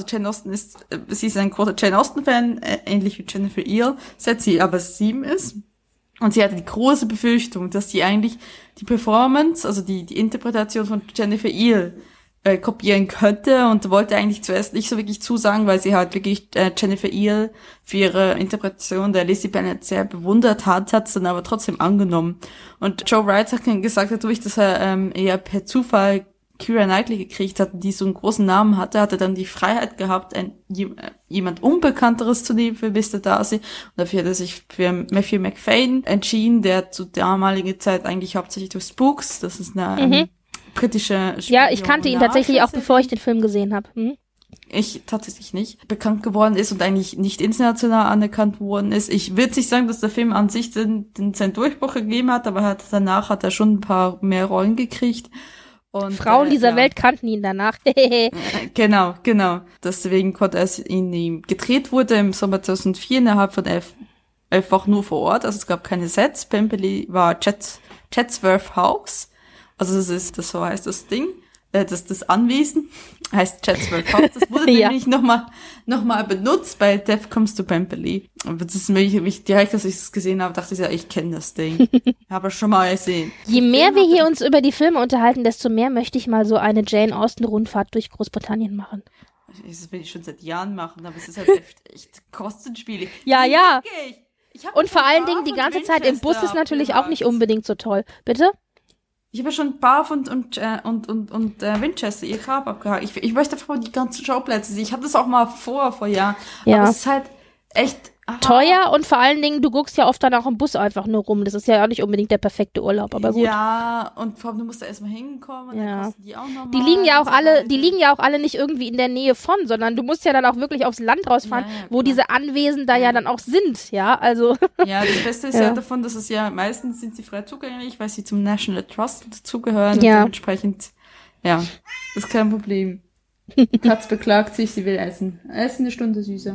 ist ein großer Jane Austen-Fan, ähnlich wie Jennifer Eel, seit sie aber 7 ist. Und sie hatte die große Befürchtung, dass sie eigentlich die Performance, also die Interpretation von Jennifer Eel kopieren könnte und wollte eigentlich zuerst nicht so wirklich zusagen, weil sie halt wirklich Jennifer Eel für ihre Interpretation der Lizzie Bennet sehr bewundert hat es dann aber trotzdem angenommen. Und Joe Wright hat gesagt, dadurch, dass er eher per Zufall Keira Knightley gekriegt hat, die so einen großen Namen hatte, hat er dann die Freiheit gehabt, jemand Unbekannteres zu nehmen für Mr. Darcy. Und dafür hat er sich für Matthew Macfadyen entschieden, der zu damaliger Zeit eigentlich hauptsächlich durch Spooks, das ist eine britische Ja, ich kannte ihn tatsächlich auch, bevor ich den Film gesehen habe. Ich tatsächlich nicht bekannt geworden ist und eigentlich nicht international anerkannt worden ist. Ich würde nicht sagen, dass der Film an sich seinen Durchbruch gegeben hat, aber danach hat er schon ein paar mehr Rollen gekriegt. Und, Frauen dieser Welt kannten ihn danach. Genau. Deswegen konnte ihn gedreht wurde im Sommer 2004 innerhalb von 11 Wochen nur vor Ort. Also es gab keine Sets. Pemberley war Chatsworth House. Also so heißt das Ding. Das Anwesen heißt Chatsworth House. Das wurde nämlich nochmal benutzt bei Death Comes to Pemberley. Und das ist mich direkt, als ich es gesehen habe, dachte ich, ja, ich kenne das Ding. Habe ich schon mal gesehen. Je mehr wir hier uns über die Filme unterhalten, desto mehr möchte ich mal so eine Jane Austen-Rundfahrt durch Großbritannien machen. Das will ich schon seit Jahren machen, aber es ist halt echt Kostenspiele. Ja. Und vor allen ein paar Dingen die von ganze Zeit im Bus ist natürlich auch abgehakt. nicht unbedingt so toll. Bitte? Ich habe ja schon Bath und Winchester ihr Grab abgehakt. Ich möchte einfach mal die ganzen Schauplätze sehen. Ich hatte das auch mal vor Jahren. Ja. Aber es ist halt echt teuer und vor allen Dingen, du guckst ja oft dann auch im Bus einfach nur rum. Das ist ja auch nicht unbedingt der perfekte Urlaub, aber gut. Ja, und vor allem, du musst da erstmal hinkommen. Ja. Dann kosten die auch nochmal. Die liegen ja auch alle nicht irgendwie in der Nähe von, sondern du musst ja dann auch wirklich aufs Land rausfahren, Ja, wo diese Anwesen da ja dann auch sind, ja, also. Ja, das Beste ist ja davon, dass es ja, meistens sind sie frei zugänglich, weil sie zum National Trust dazugehören und dementsprechend, ja, das ist kein Problem. Katz beklagt sich, sie will essen. Essen eine Stunde süßer.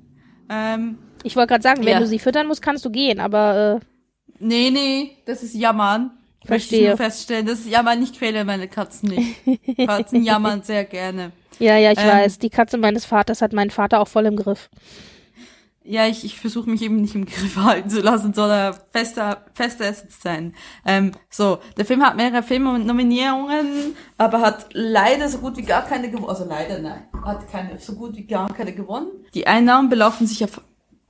Ich wollte gerade sagen, wenn du sie füttern musst, kannst du gehen, aber Nee, das ist Jammern. Verstehe. Möchte ich nur feststellen, das ist Jammern, ich quäle meine Katzen nicht. Katzen jammern sehr gerne. Ja, ich weiß, die Katze meines Vaters hat meinen Vater auch voll im Griff. Ja, ich versuche mich eben nicht im Griff halten zu lassen, soll er fester Sitz sein. So, der Film hat mehrere Filmnominierungen, aber hat leider so gut wie gar keine gewonnen. Also leider, nein, so gut wie gar keine gewonnen. Die Einnahmen belaufen sich auf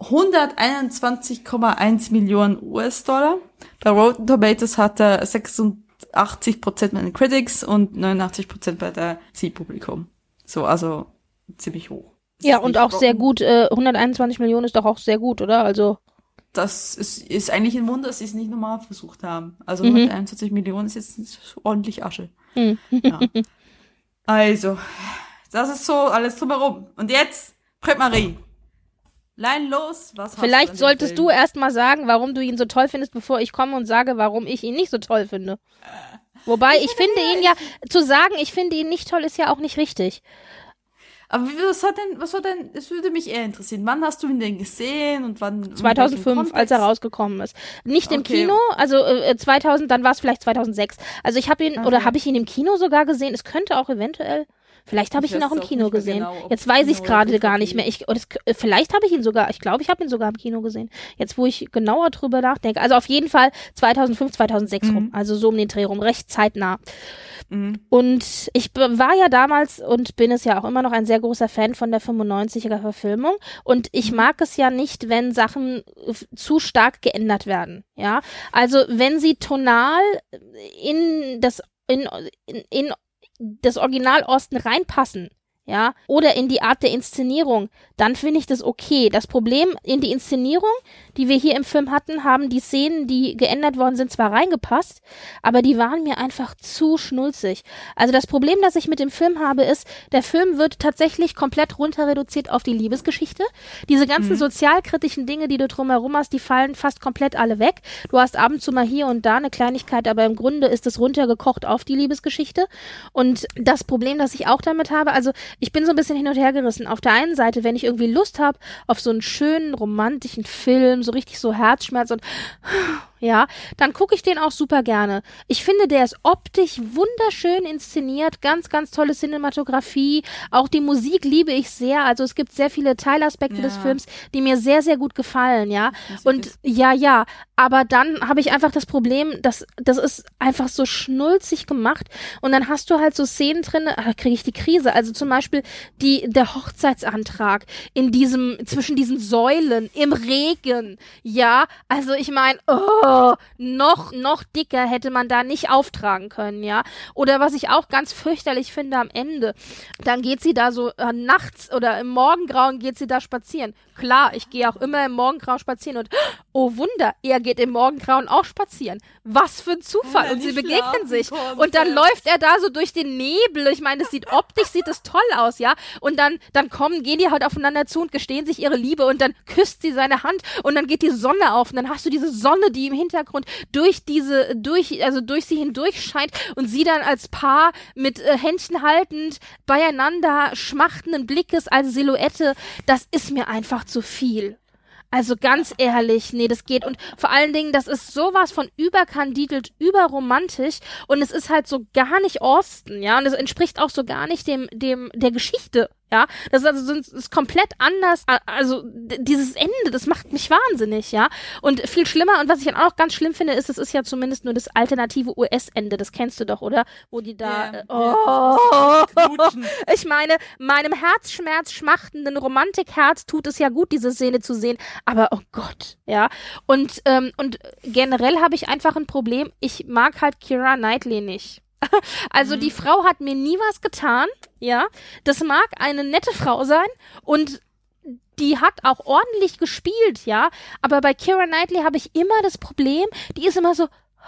121,1 Millionen US-Dollar. Bei Rotten Tomatoes hat er 86% bei den Critics und 89% bei der Zielpublikum. So, also ziemlich hoch. Ja, und auch sehr gut. 121 Millionen ist doch auch sehr gut, oder? Also das ist eigentlich ein Wunder, dass sie es nicht normal versucht haben. Also 121 Millionen ist jetzt ordentlich Asche. Ja. Also, das ist so alles drumherum. Und jetzt, Britt-Marie, lein los. Was hast vielleicht du solltest du erst mal sagen, warum du ihn so toll findest, bevor ich komme und sage, warum ich ihn nicht so toll finde. Wobei, ich finde ihn zu sagen, ich finde ihn nicht toll, ist ja auch nicht richtig. Aber was war denn, es würde mich eher interessieren. Wann hast du ihn denn gesehen und wann? 2005, als er rausgekommen ist. Nicht im Kino, also 2000, dann war es vielleicht 2006. Also ich habe ihn, oder habe ich ihn im Kino sogar gesehen? Es könnte auch eventuell Vielleicht habe ich ihn auch im Kino gesehen. Jetzt weiß ich gerade gar nicht mehr. Vielleicht habe ich ihn sogar, ich glaube, ich habe ihn sogar im Kino gesehen. Jetzt, wo ich genauer drüber nachdenke. Also auf jeden Fall 2005, 2006 rum. Also so um den Dreh rum, recht zeitnah. Und ich war ja damals und bin es ja auch immer noch ein sehr großer Fan von der 95er Verfilmung. Und ich mag es ja nicht, wenn Sachen zu stark geändert werden. Ja, also wenn sie tonal in das Original Osten reinpassen, ja, oder in die Art der Inszenierung, dann finde ich das okay. Das Problem in die Inszenierung, die wir hier im Film hatten, haben die Szenen, die geändert worden sind, zwar reingepasst, aber die waren mir einfach zu schnulzig. Also das Problem, das ich mit dem Film habe, ist, der Film wird tatsächlich komplett runter reduziert auf die Liebesgeschichte. Diese ganzen sozialkritischen Dinge, die du drumherum hast, die fallen fast komplett alle weg. Du hast ab und zu mal hier und da eine Kleinigkeit, aber im Grunde ist es runtergekocht auf die Liebesgeschichte. Und das Problem, das ich auch damit habe, also ich bin so ein bisschen hin und her gerissen. Auf der einen Seite, wenn ich irgendwie Lust habe auf so einen schönen, romantischen Film, so richtig so Herzschmerz und ja, dann gucke ich den auch super gerne. Ich finde, der ist optisch wunderschön inszeniert, ganz, ganz tolle Cinematografie. Auch die Musik liebe ich sehr. Also es gibt sehr viele Teilaspekte des Films, die mir sehr, sehr gut gefallen, ja. Und ja, aber dann habe ich einfach das Problem, das ist einfach so schnulzig gemacht und dann hast du halt so Szenen drin, da kriege ich die Krise. Also zum Beispiel der Hochzeitsantrag zwischen diesen Säulen im Regen, ja. Also ich meine, noch dicker hätte man da nicht auftragen können, ja. Oder was ich auch ganz fürchterlich finde am Ende, dann geht sie da so nachts oder im Morgengrauen geht sie da spazieren. Klar, ich gehe auch immer im Morgengrauen spazieren und oh Wunder, er geht im Morgengrauen auch spazieren. Was für ein Zufall. Und sie begegnen sich. Und dann läuft er da so durch den Nebel. Ich meine, optisch sieht das toll aus, ja. Und dann gehen die halt aufeinander zu und gestehen sich ihre Liebe und dann küsst sie seine Hand und dann geht die Sonne auf und dann hast du diese Sonne, die im Hintergrund durch sie hindurch scheint und sie dann als Paar mit Händchen haltend beieinander schmachtenden Blickes als Silhouette. Das ist mir einfach zu viel. Also ganz ehrlich, nee, das geht. Und vor allen Dingen, das ist sowas von überkandidelt, überromantisch und es ist halt so gar nicht Austen, ja, und es entspricht auch so gar nicht der Geschichte. Ja, das ist komplett anders, also dieses Ende, das macht mich wahnsinnig, ja, und viel schlimmer, und was ich dann auch ganz schlimm finde, ist, es ist ja zumindest nur das alternative US-Ende, das kennst du doch, oder? Wo die da, ich meine, meinem Herzschmerz schmachtenden Romantikherz tut es ja gut, diese Szene zu sehen, aber oh Gott, ja, und generell habe ich einfach ein Problem, ich mag halt Keira Knightley nicht. Also die Frau hat mir nie was getan, ja, das mag eine nette Frau sein und die hat auch ordentlich gespielt, ja, aber bei Keira Knightley habe ich immer das Problem, die ist immer so,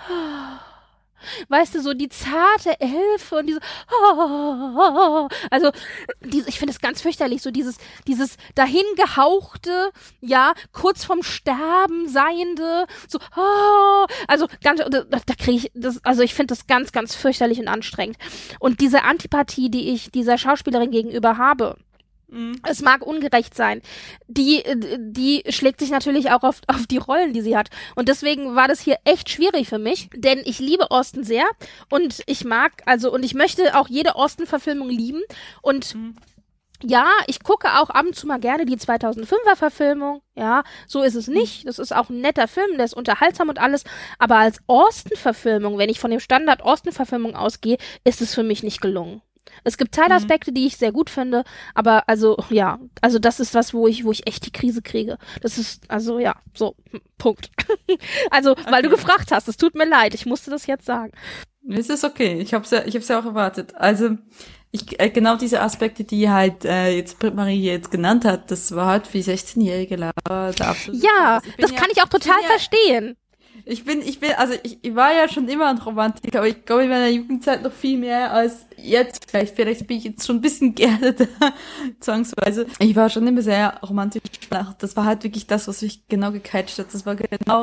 weißt du, so die zarte Elfe und diese, also ich finde es ganz fürchterlich, so dieses dahingehauchte, ja, kurz vorm Sterben seiende, so, also ganz, da kriege ich das, also ich finde das ganz, ganz fürchterlich und anstrengend. Und diese Antipathie, die ich dieser Schauspielerin gegenüber habe, es mag ungerecht sein. Die schlägt sich natürlich auch auf die Rollen, die sie hat. Und deswegen war das hier echt schwierig für mich, denn ich liebe Austen sehr und ich möchte auch jede Austen-Verfilmung lieben und ja, ich gucke auch ab und zu mal gerne die 2005er Verfilmung, ja, so ist es nicht, das ist auch ein netter Film, der ist unterhaltsam und alles, aber als Austen-Verfilmung, wenn ich von dem Standard Austen-Verfilmung ausgehe, ist es für mich nicht gelungen. Es gibt Teilaspekte, die ich sehr gut finde, aber also das ist was, wo ich echt die Krise kriege. Das ist, Punkt. Also, weil du gefragt hast, es tut mir leid, ich musste das jetzt sagen. Es ist okay, ich hab's ja auch erwartet. Also, genau diese Aspekte, die halt jetzt Britt-Marie jetzt genannt hat, das war halt wie 16-Jährige Laura der absolute. Ja, das kann ich auch total verstehen. Ich war ja schon immer ein Romantiker, aber ich glaube in meiner Jugendzeit noch viel mehr als jetzt. Vielleicht bin ich jetzt schon ein bisschen geerdet, zwangsweise. Ich war schon immer sehr romantisch. Das war halt wirklich das, was mich genau gecatcht hat. Das war genau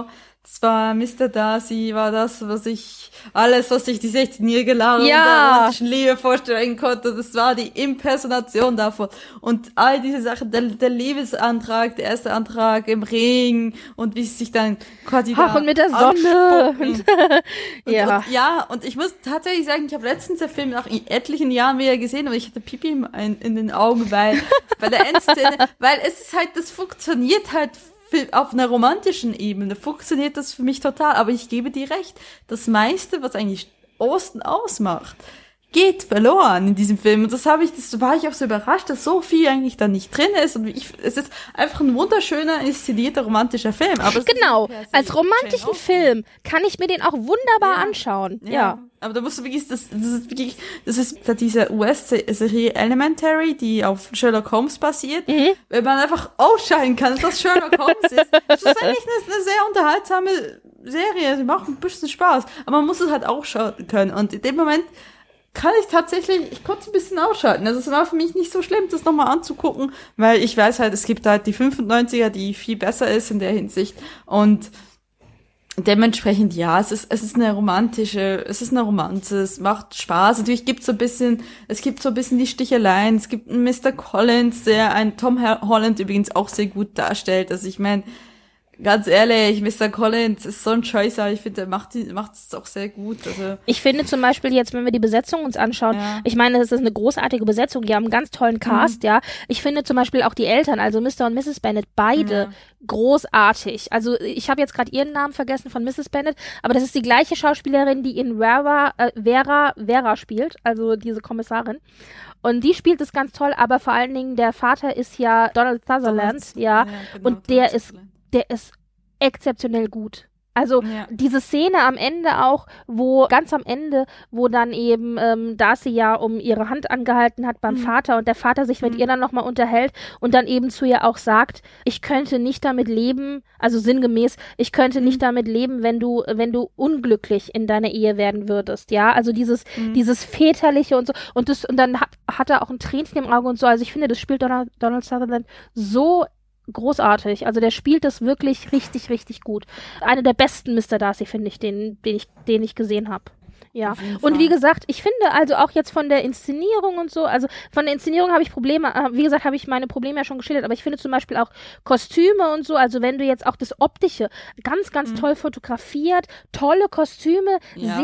Das war Mr. Darcy, war das, alles, was ich die 16-jährige Lara Ja. der romantischen Liebe vorstellen konnte, das war die Impersonation davon. Und all diese Sachen, der Liebesantrag, der erste Antrag im Regen und wie es sich dann quasi Ach, und mit der Sonne. Ja. Und ich muss tatsächlich sagen, ich habe letztens den Film nach etlichen Jahren wieder gesehen, aber ich hatte Pipi in den Augen, weil bei der Endszene, weil es ist halt, das funktioniert halt auf einer romantischen Ebene funktioniert das für mich total, aber ich gebe dir recht, das meiste, was eigentlich Austen ausmacht, geht verloren in diesem Film. Und das war ich auch so überrascht, dass so viel eigentlich da nicht drin ist. Und es ist einfach ein wunderschöner, inszenierter, romantischer Film. Aber genau, als romantischen Film kann ich mir den auch wunderbar anschauen. Ja. Aber da musst du wirklich, das ist da diese US-Serie Elementary, die auf Sherlock Holmes basiert. Wenn man einfach ausscheiden kann, dass das Sherlock Holmes ist. Das ist eigentlich eine sehr unterhaltsame Serie. Sie macht ein bisschen Spaß. Aber man muss es halt ausschalten können. Und in dem Moment ich konnte es ein bisschen ausschalten. Also es war für mich nicht so schlimm, das nochmal anzugucken, weil ich weiß halt, es gibt halt die 95er, die viel besser ist in der Hinsicht. Und dementsprechend, ja, es ist eine Romanze, es macht Spaß. Natürlich es gibt so ein bisschen die Sticheleien. Es gibt einen Mr. Collins, der einen Tom Holland übrigens auch sehr gut darstellt. Also ich meine, ganz ehrlich, Mr. Collins ist so ein Scheißer. Ich finde, er macht es auch sehr gut. Also ich finde zum Beispiel jetzt, wenn wir die Besetzung uns anschauen, ich meine, es ist eine großartige Besetzung. Die haben einen ganz tollen Cast, ja. Ich finde zum Beispiel auch die Eltern, also Mr. und Mrs. Bennet, beide großartig. Also ich habe jetzt gerade ihren Namen vergessen von Mrs. Bennet, aber das ist die gleiche Schauspielerin, die in Vera spielt, also diese Kommissarin. Und die spielt es ganz toll, aber vor allen Dingen der Vater ist ja Donald Sutherland, genau, und der ist exzeptionell gut. Also diese Szene am Ende auch, wo dann eben Darcy ja um ihre Hand angehalten hat beim Vater und der Vater sich mit ihr dann nochmal unterhält und dann eben zu ihr auch sagt, ich könnte nicht damit leben, also sinngemäß, ich könnte nicht damit leben, wenn du unglücklich in deiner Ehe werden würdest, ja, also dieses väterliche und so und dann hat er auch ein Tränchen im Auge und so, also ich finde, das spielt Donald Sutherland so großartig. Also der spielt das wirklich richtig, richtig gut. Eine der besten Mr. Darcy, finde ich, den ich gesehen habe. Ja. Und wie gesagt, ich finde also auch jetzt von der Inszenierung und so, also von der Inszenierung habe ich Probleme, wie gesagt, habe ich meine Probleme ja schon geschildert, aber ich finde zum Beispiel auch Kostüme und so, also wenn du jetzt auch das Optische, ganz, ganz toll fotografiert, tolle Kostüme,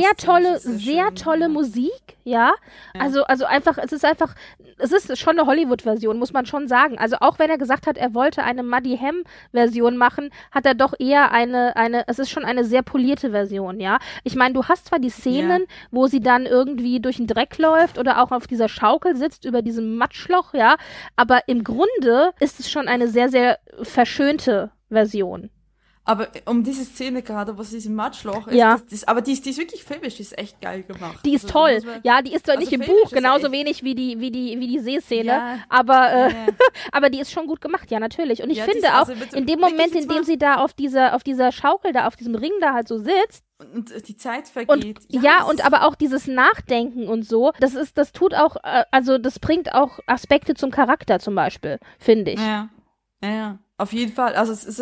sehr tolle Musik, ja. Also einfach, es ist schon eine Hollywood-Version, muss man schon sagen. Also auch wenn er gesagt hat, er wollte eine Muddy Ham-Version machen, hat er doch eher es ist schon eine sehr polierte Version, ja. Ich meine, du hast zwar die Szenen, wo sie dann irgendwie durch den Dreck läuft oder auch auf dieser Schaukel sitzt über diesem Matschloch, ja, aber im Grunde ist es schon eine sehr, sehr verschönte Version. Aber um diese Szene gerade, was diesem Matschloch ist, aber die ist wirklich filmisch, die ist echt geil gemacht. Die ist toll. Ja, die ist zwar nicht im Buch, genauso wenig wie die Seeszene, aber die ist schon gut gemacht, ja, natürlich. Und ich finde auch, in dem Moment, in dem sie da auf dieser Schaukel da, auf diesem Ring da halt so sitzt, und die Zeit vergeht. Und aber auch dieses Nachdenken und so, das tut auch, also das bringt auch Aspekte zum Charakter zum Beispiel, finde ich. Ja. Auf jeden Fall. Also es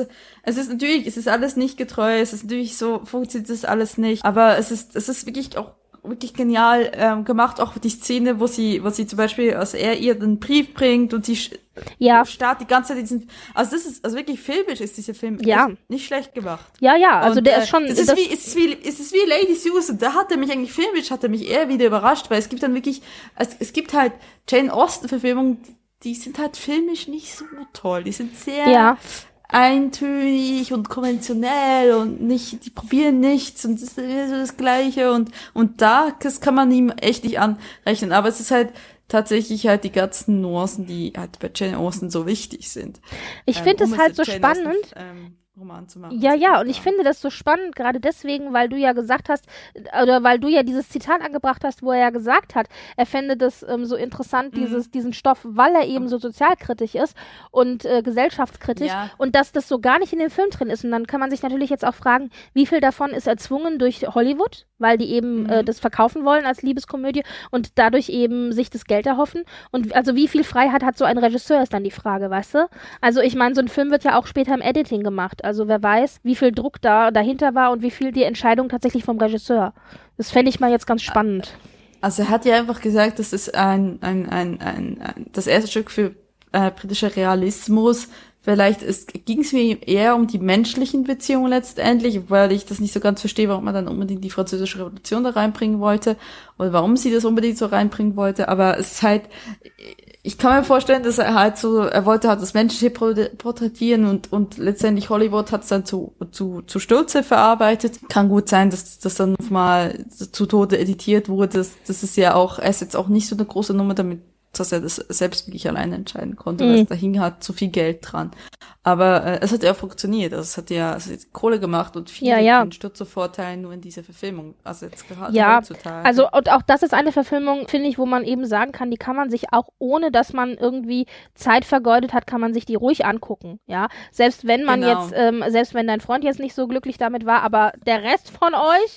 ist alles nicht getreu, es ist natürlich so, funktioniert das alles nicht. Aber es ist wirklich auch wirklich genial gemacht, auch die Szene, wo sie zum Beispiel, also er ihr den Brief bringt und sie startet die ganze Zeit also wirklich filmisch ist dieser Film echt nicht schlecht gemacht. Ja, also und, der ist schon... Es ist wie Lady Susan, da hat er mich eher wieder überrascht, weil es gibt dann wirklich, es gibt halt Jane Austen-Verfilmungen, die sind halt filmisch nicht so toll. Die sind sehr eintönig und konventionell und die probieren nichts und das ist das Gleiche und das kann man ihm echt nicht anrechnen. Aber es ist halt tatsächlich halt die ganzen Nuancen, die halt bei Jane Austen so wichtig sind. Ich finde es halt so spannend. Roman zu machen. Ja, und ich finde das so spannend, gerade deswegen, weil du ja gesagt hast, oder weil du ja dieses Zitat angebracht hast, wo er ja gesagt hat, er fände das so interessant, diesen Stoff, weil er eben so sozialkritisch ist und gesellschaftskritisch und dass das so gar nicht in dem Film drin ist. Und dann kann man sich natürlich jetzt auch fragen, wie viel davon ist erzwungen durch Hollywood, weil die eben das verkaufen wollen als Liebeskomödie und dadurch eben sich das Geld erhoffen. Und also wie viel Freiheit hat so ein Regisseur, ist dann die Frage, weißt du? Also ich meine, so ein Film wird ja auch später im Editing gemacht. überhaupt? Also wer weiß, wie viel Druck dahinter war und wie viel die Entscheidung tatsächlich vom Regisseur. Das fände ich mal jetzt ganz spannend. Also er hat ja einfach gesagt, das ist das erste Stück für britischer Realismus. Vielleicht ging es mir eher um die menschlichen Beziehungen letztendlich, weil ich das nicht so ganz verstehe, warum man dann unbedingt die Französische Revolution da reinbringen wollte oder warum sie das unbedingt so reinbringen wollte. Aber es ist halt, ich kann mir vorstellen, dass er wollte halt das Menschliche porträtieren und letztendlich Hollywood hat es dann zu Stürze verarbeitet. Kann gut sein, dass das dann mal zu Tode editiert wurde. Das ist ja auch, er ist jetzt auch nicht so eine große Nummer damit, dass er das selbst wirklich alleine entscheiden konnte, weil da hing halt zu viel Geld dran. Aber es hat ja funktioniert. Also es hat Kohle gemacht und viele können Stürzevorteile nur in dieser Verfilmung. Also jetzt gerade heutzutage. Also und auch das ist eine Verfilmung, finde ich, wo man eben sagen kann, die kann man sich auch, ohne dass man irgendwie Zeit vergeudet hat, kann man sich die ruhig angucken. Ja, selbst wenn man selbst wenn dein Freund jetzt nicht so glücklich damit war, aber der Rest von euch,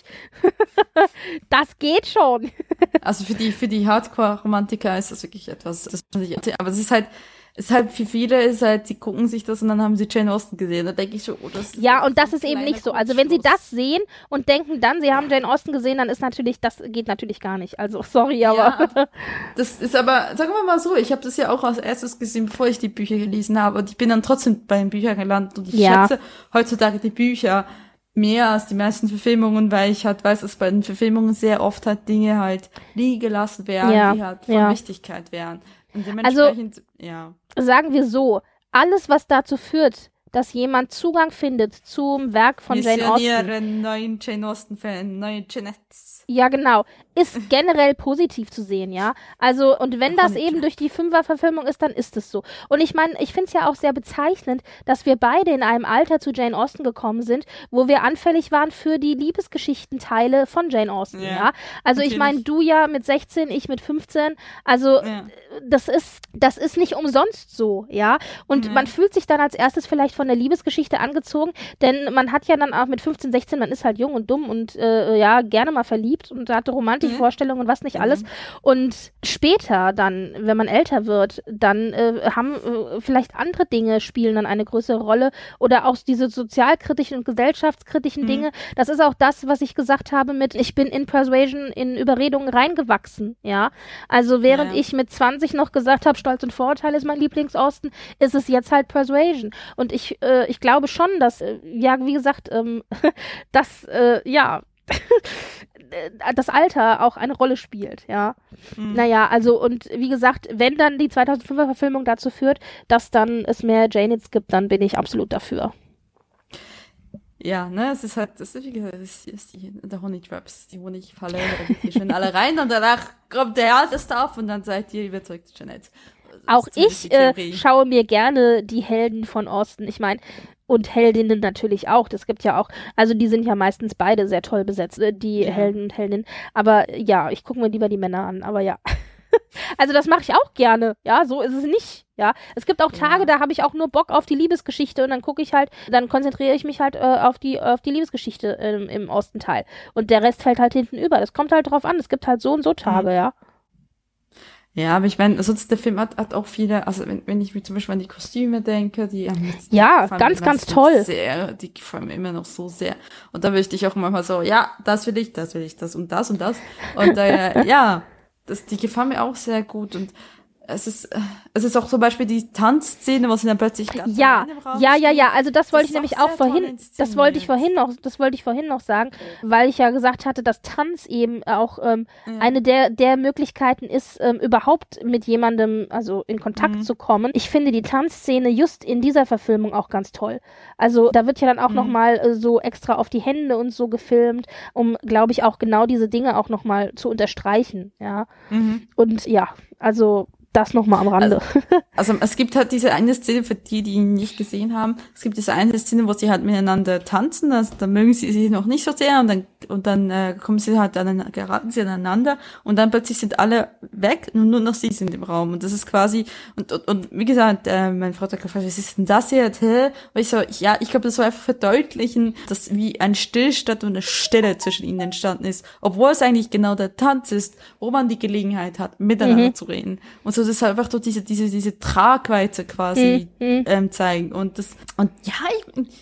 das geht schon. Also für die Hardcore-Romantiker ist das wirklich etwas, das man sich, aber es ist halt für viele die gucken sich das und dann haben sie Jane Austen gesehen. Da denke ich schon, das ist und das ist eben nicht so. Also wenn sie das sehen und denken dann, sie haben Jane Austen gesehen, dann ist natürlich, das geht natürlich gar nicht. Also sorry, aber. Ja, das ist aber, sagen wir mal so, ich habe das ja auch als erstes gesehen, bevor ich die Bücher gelesen habe und ich bin dann trotzdem bei den Büchern gelandet und ich schätze heutzutage die Bücher mehr als die meisten Verfilmungen, weil ich halt weiß, dass bei den Verfilmungen sehr oft halt Dinge halt liegen gelassen werden, die halt von Wichtigkeit wären. Und dementsprechend, sagen wir so, alles, was dazu führt, dass jemand Zugang findet zum Werk von Jane Austen. Neuen Jane Austen-Fan, neue Jeanettes. Ja, genau. Ist generell positiv zu sehen, ja. Also, und wenn das eben durch die Fünfer-Verfilmung ist, dann ist es so. Und ich meine, ich finde es ja auch sehr bezeichnend, dass wir beide in einem Alter zu Jane Austen gekommen sind, wo wir anfällig waren für die Liebesgeschichtenteile von Jane Austen, ja. Also, natürlich. Ich meine, du ja mit 16, ich mit 15. Also, das ist nicht umsonst so, ja. Und man fühlt sich dann als erstes vielleicht von der Liebesgeschichte angezogen, denn man hat ja dann auch mit 15, 16, man ist halt jung und dumm und gerne mal verliebt und hatte romantische Vorstellungen und was nicht alles. Und später dann, wenn man älter wird, dann haben vielleicht andere Dinge spielen dann eine größere Rolle oder auch diese sozialkritischen und gesellschaftskritischen Dinge. Das ist auch das, was ich gesagt habe mit, ich bin in Persuasion, in Überredungen reingewachsen, ja. Also während ich mit 20 noch gesagt habe, Stolz und Vorurteil ist mein Lieblings-Austen, ist es jetzt halt Persuasion. Und ich glaube schon, dass, wie gesagt, das Alter auch eine Rolle spielt, ja. Naja, also und wie gesagt, wenn dann die 2005er Verfilmung dazu führt, dass dann es mehr Janets gibt, dann bin ich absolut dafür. Ja, ne, es ist halt, das ist wie gesagt, das ist der Honey Trap, das ist die Honigfalle, da geht ihr schon alle rein und danach kommt der alte Stuff und dann seid ihr überzeugt Jeanette. Auch ich schaue mir gerne die Helden von Austen, ich meine, und Heldinnen natürlich auch. Das gibt ja auch, also die sind ja meistens beide sehr toll besetzt, die Helden und Heldinnen. Aber ja, ich gucke mir lieber die Männer an, aber ja. Also das mache ich auch gerne, ja, so ist es nicht, ja. Es gibt auch Tage, da habe ich auch nur Bock auf die Liebesgeschichte und dann dann konzentriere ich mich halt auf die Liebesgeschichte im Ostenteil. Und der Rest fällt halt hinten über. Das kommt halt drauf an, es gibt halt so und so Tage, ja. Ja, aber ich meine, sonst der Film hat auch viele, also wenn ich mir zum Beispiel an die Kostüme denke, die ganz, ganz toll. Die gefallen mir immer noch so sehr. Und da möchte ich auch manchmal so, das will ich, das und das und das. Und die gefallen mir auch sehr gut und es ist auch zum Beispiel die Tanzszene, was sie dann plötzlich ganz allein im Raum stehen. Also das wollte ich nämlich auch vorhin, das wollte ich vorhin noch sagen, weil ich ja gesagt hatte, dass Tanz eben auch eine der Möglichkeiten ist, überhaupt mit jemandem, also in Kontakt zu kommen. Ich finde die Tanzszene just in dieser Verfilmung auch ganz toll. Also da wird ja dann auch nochmal so extra auf die Hände und so gefilmt, um, glaube ich, auch genau diese Dinge auch nochmal zu unterstreichen, ja. Und ja, also das nochmal am Rande. Also es gibt halt diese eine Szene, für die ihn nicht gesehen haben, es gibt diese eine Szene, wo sie halt miteinander tanzen, also da mögen sie sich noch nicht so sehr und dann kommen sie halt geraten sie aneinander und dann plötzlich sind alle weg und nur noch sie sind im Raum und das ist quasi und wie gesagt, mein Vater hat gefragt, was ist denn das jetzt? Und ich so, ich glaube, das soll einfach verdeutlichen, dass wie ein Stillstand und eine Stille zwischen ihnen entstanden ist, obwohl es eigentlich genau der Tanz ist, wo man die Gelegenheit hat, miteinander zu reden. Und so, das ist einfach so diese Tragweite quasi zeigen.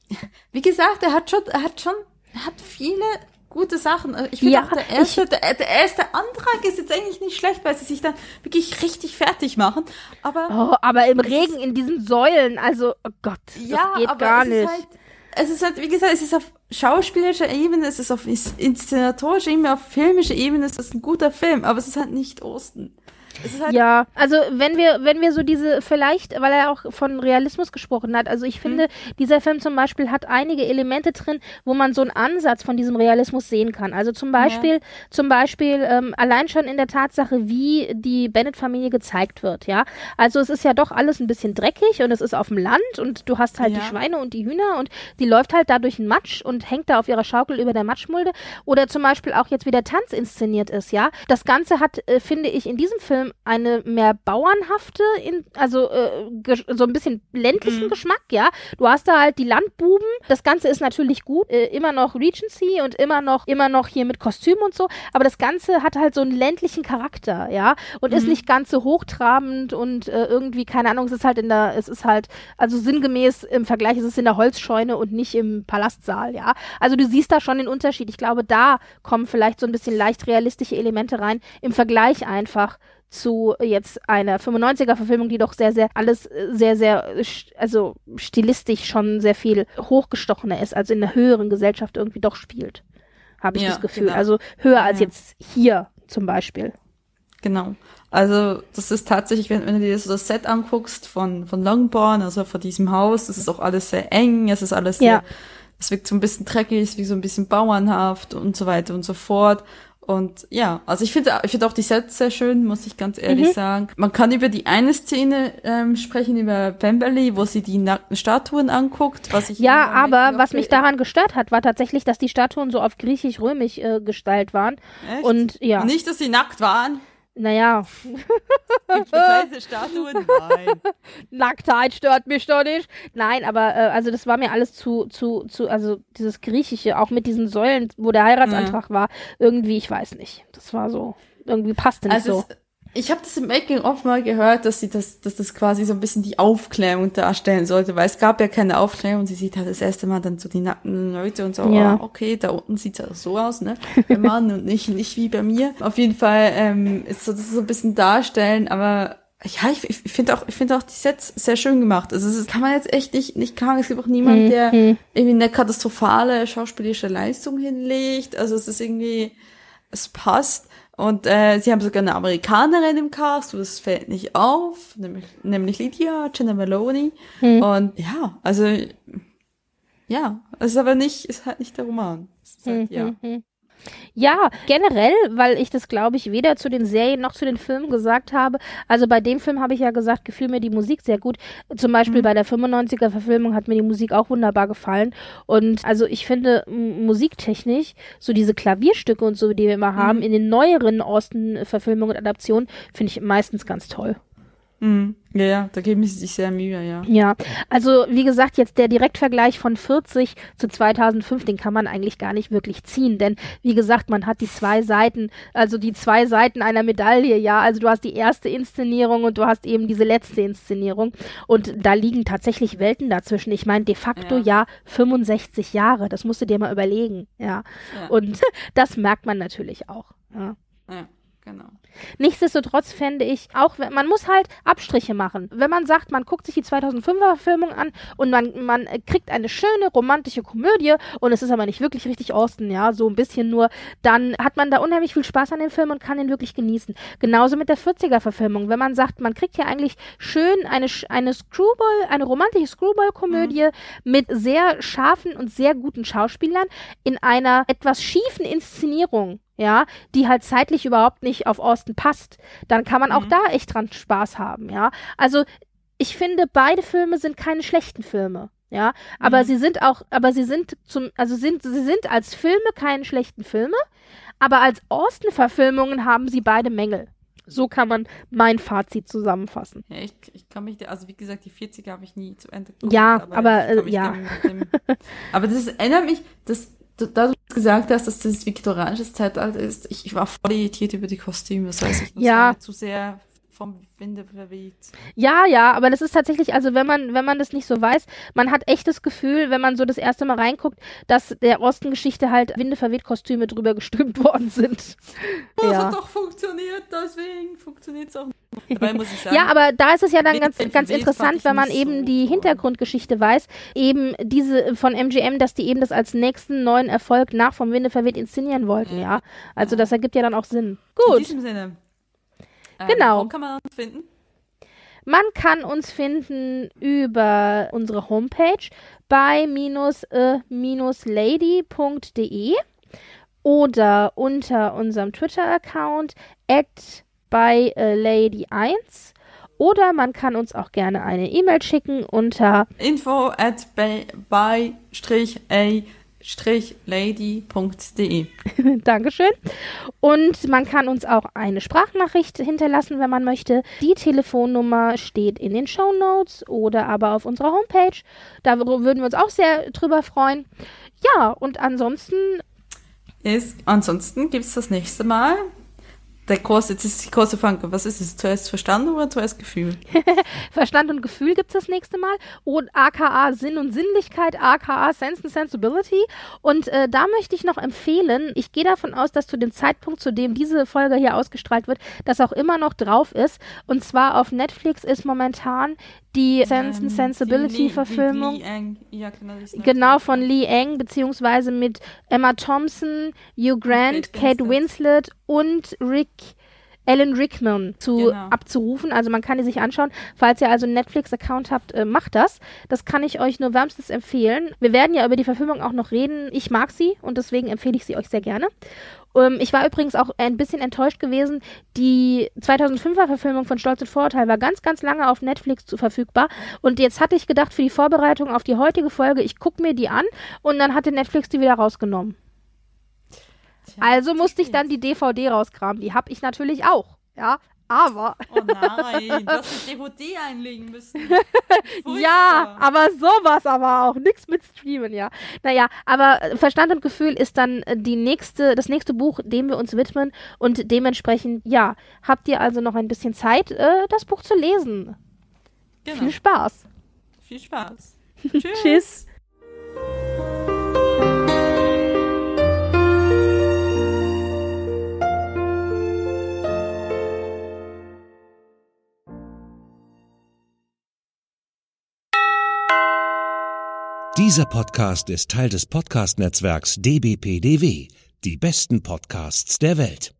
wie gesagt, er hat viele gute Sachen. Ich finde auch der erste Antrag ist jetzt eigentlich nicht schlecht, weil sie sich dann wirklich richtig fertig machen. Aber im Regen in diesen Säulen, also, oh Gott, das geht gar nicht. Es ist halt, wie gesagt, es ist auf schauspielerischer Ebene, es ist auf inszenatorischer Ebene, auf filmischer Ebene, es ist ein guter Film, aber es ist halt nicht Austen. Halt ja, also wenn wir so diese, vielleicht, weil er auch von Realismus gesprochen hat, also ich finde, dieser Film zum Beispiel hat einige Elemente drin, wo man so einen Ansatz von diesem Realismus sehen kann. Also zum Beispiel allein schon in der Tatsache, wie die Bennett-Familie gezeigt wird, ja. Also es ist ja doch alles ein bisschen dreckig und es ist auf dem Land und du hast halt die Schweine und die Hühner und die läuft halt da durch den Matsch und hängt da auf ihrer Schaukel über der Matschmulde. Oder zum Beispiel auch jetzt, wie der Tanz inszeniert ist, ja. Das Ganze hat, finde ich, in diesem Film eine mehr bauernhafte, so ein bisschen ländlichen Geschmack, ja. Du hast da halt die Landbuben, das Ganze ist natürlich gut, immer noch Regency und immer noch hier mit Kostüm und so, aber das Ganze hat halt so einen ländlichen Charakter, ja, und ist nicht ganz so hochtrabend und irgendwie, keine Ahnung, also sinngemäß im Vergleich ist es in der Holzscheune und nicht im Palastsaal, ja. Also du siehst da schon den Unterschied. Ich glaube, da kommen vielleicht so ein bisschen leicht realistische Elemente rein, im Vergleich einfach zu jetzt einer 95er-Verfilmung, die doch sehr, sehr also stilistisch schon sehr viel hochgestochener ist, also in der höheren Gesellschaft irgendwie doch spielt, habe ich das Gefühl. Genau. Also höher als jetzt hier zum Beispiel. Genau. Also das ist tatsächlich, wenn du dir so das Set anguckst von Longbourn, also von diesem Haus, das ist auch alles sehr eng, es ist alles sehr, es wirkt so ein bisschen dreckig, es wirkt so ein bisschen bauernhaft und so weiter und so fort. Und ja, also ich finde auch die Sets sehr schön, muss ich ganz ehrlich sagen. Man kann über die eine Szene sprechen, über Pemberley, wo sie die nackten Statuen anguckt. Was mich daran gestört hat, war tatsächlich, dass die Statuen so auf griechisch-römisch gestaltet waren. Echt? Und ja. Nicht, dass sie nackt waren. Naja. Gibt's Statuen? Nein. Nacktheit stört mich doch nicht. Nein, aber also das war mir alles also dieses Griechische, auch mit diesen Säulen, wo der Heiratsantrag war, irgendwie, ich weiß nicht. Das war so, irgendwie passte nicht so. Ich habe das im Making-of mal gehört, dass das quasi so ein bisschen die Aufklärung darstellen sollte, weil es gab ja keine Aufklärung. Sie sieht halt das erste Mal dann so die nackten Leute und so, okay, da unten sieht's ja so aus, ne? Der Mann und nicht wie bei mir. Auf jeden Fall ist so das so ein bisschen darstellen, aber ja, ich finde auch die Sets sehr schön gemacht. Also das kann man jetzt echt nicht sagen. Es gibt auch niemanden, der irgendwie eine katastrophale schauspielerische Leistung hinlegt. Also es ist irgendwie, es passt. Und sie haben sogar eine Amerikanerin im Cast, das fällt nicht auf, nämlich Lydia, Jenna Maloney. Und ja, also ja, es ist halt nicht der Roman. Es ist halt, Ja, generell, weil ich das, glaube ich, weder zu den Serien noch zu den Filmen gesagt habe. Also bei dem Film habe ich ja gesagt, gefiel mir die Musik sehr gut. Zum Beispiel bei der 95er-Verfilmung hat mir die Musik auch wunderbar gefallen. Und also ich finde musiktechnisch, so diese Klavierstücke und so, die wir immer haben, in den neueren Austen-Verfilmungen und Adaptionen, finde ich meistens ganz toll. Ja, da geben sie sich sehr Mühe, ja. Ja, also wie gesagt, jetzt der Direktvergleich von 40 zu 2005, den kann man eigentlich gar nicht wirklich ziehen, denn wie gesagt, man hat die zwei Seiten einer Medaille, ja, also du hast die erste Inszenierung und du hast eben diese letzte Inszenierung und da liegen tatsächlich Welten dazwischen. Ich meine, de facto 65 Jahre, das musst du dir mal überlegen, ja. Und das merkt man natürlich auch, ja. Genau. Nichtsdestotrotz fände ich auch, man muss halt Abstriche machen. Wenn man sagt, man guckt sich die 2005er-Verfilmung an und man kriegt eine schöne romantische Komödie und es ist aber nicht wirklich richtig Austen, ja, so ein bisschen nur, dann hat man da unheimlich viel Spaß an dem Film und kann ihn wirklich genießen. Genauso mit der 40er-Verfilmung. Wenn man sagt, man kriegt ja eigentlich schön eine romantische Screwball-Komödie mit sehr scharfen und sehr guten Schauspielern in einer etwas schiefen Inszenierung, ja, die halt zeitlich überhaupt nicht auf Austen passt, dann kann man auch da echt dran Spaß haben, ja. Also ich finde, beide Filme sind keine schlechten Filme, ja, aber sie sind als Filme keine schlechten Filme, aber als Austen-Verfilmungen haben sie beide Mängel. So kann man mein Fazit zusammenfassen. Ja, ich kann mich, also wie gesagt, die 40er habe ich nie zu Ende geguckt. Ja, aber aber das erinnert mich, da du gesagt hast, dass das viktorianisches Zeitalter ist, ich war voll irritiert über die Kostüme, das weiß ich, das war mir zu sehr vom Winde verweht. Ja, aber das ist tatsächlich, also wenn man das nicht so weiß, man hat echt das Gefühl, wenn man so das erste Mal reinguckt, dass der Ostengeschichte halt Winde verweht Kostüme drüber gestülpt worden sind. Das hat doch funktioniert, deswegen funktioniert es auch. Dabei muss ich sagen, ja, aber da ist es ja dann Winde ganz verweht interessant, wenn man nicht eben so die toll. Hintergrundgeschichte weiß, eben diese von MGM, dass die eben das als nächsten neuen Erfolg nach vom Winde verweht inszenieren wollten, ja. Also das ergibt ja dann auch Sinn. In Gut, diesem Sinne. Genau. Wo kann man uns finden? man kann uns finden über unsere Homepage bei -lady.de oder unter unserem Twitter-Account @by_lady1 oder man kann uns auch gerne eine E-Mail schicken unter info@by-a-lady.de. Dankeschön. Und man kann uns auch eine Sprachnachricht hinterlassen, wenn man möchte. Die Telefonnummer steht in den Shownotes oder aber auf unserer Homepage. Da würden wir uns auch sehr drüber freuen. Ja, und ansonsten Ansonsten gibt es das nächste Mal. Jetzt ist die große Frage, was ist es? Zuerst Verstand oder zuerst Gefühl? Verstand und Gefühl gibt es das nächste Mal. Und aka Sinn und Sinnlichkeit, aka Sense and Sensibility. Und da möchte ich noch empfehlen, ich gehe davon aus, dass zu dem Zeitpunkt, zu dem diese Folge hier ausgestrahlt wird, das auch immer noch drauf ist. Und zwar auf Netflix ist momentan die Sense and Sensibility Verfilmung. Genau, von Lee Eng, beziehungsweise mit Emma Thompson, Hugh Grant, Kate Winslet und Alan Rickman abzurufen. Also man kann die sich anschauen. Falls ihr also einen Netflix-Account habt, macht das. Das kann ich euch nur wärmstens empfehlen. Wir werden ja über die Verfilmung auch noch reden. Ich mag sie und deswegen empfehle ich sie euch sehr gerne. Ich war übrigens auch ein bisschen enttäuscht gewesen. Die 2005er Verfilmung von Stolz und Vorurteil war ganz, ganz lange auf Netflix verfügbar. Und jetzt hatte ich gedacht, für die Vorbereitung auf die heutige Folge, ich gucke mir die an und dann hatte Netflix die wieder rausgenommen. Also musste ich dann die DVD rauskramen. Die habe ich natürlich auch. Ja, aber. Oh nein, du hast die DVD einlegen müssen. Ja, aber sowas aber auch. Nichts mit Streamen, ja. Naja, aber Verstand und Gefühl ist dann das nächste Buch, dem wir uns widmen. Und dementsprechend, ja, habt ihr also noch ein bisschen Zeit, das Buch zu lesen. Genau. Viel Spaß. Viel Spaß. Tschüss. Dieser Podcast ist Teil des Podcast-Netzwerks dbpdw, die besten Podcasts der Welt.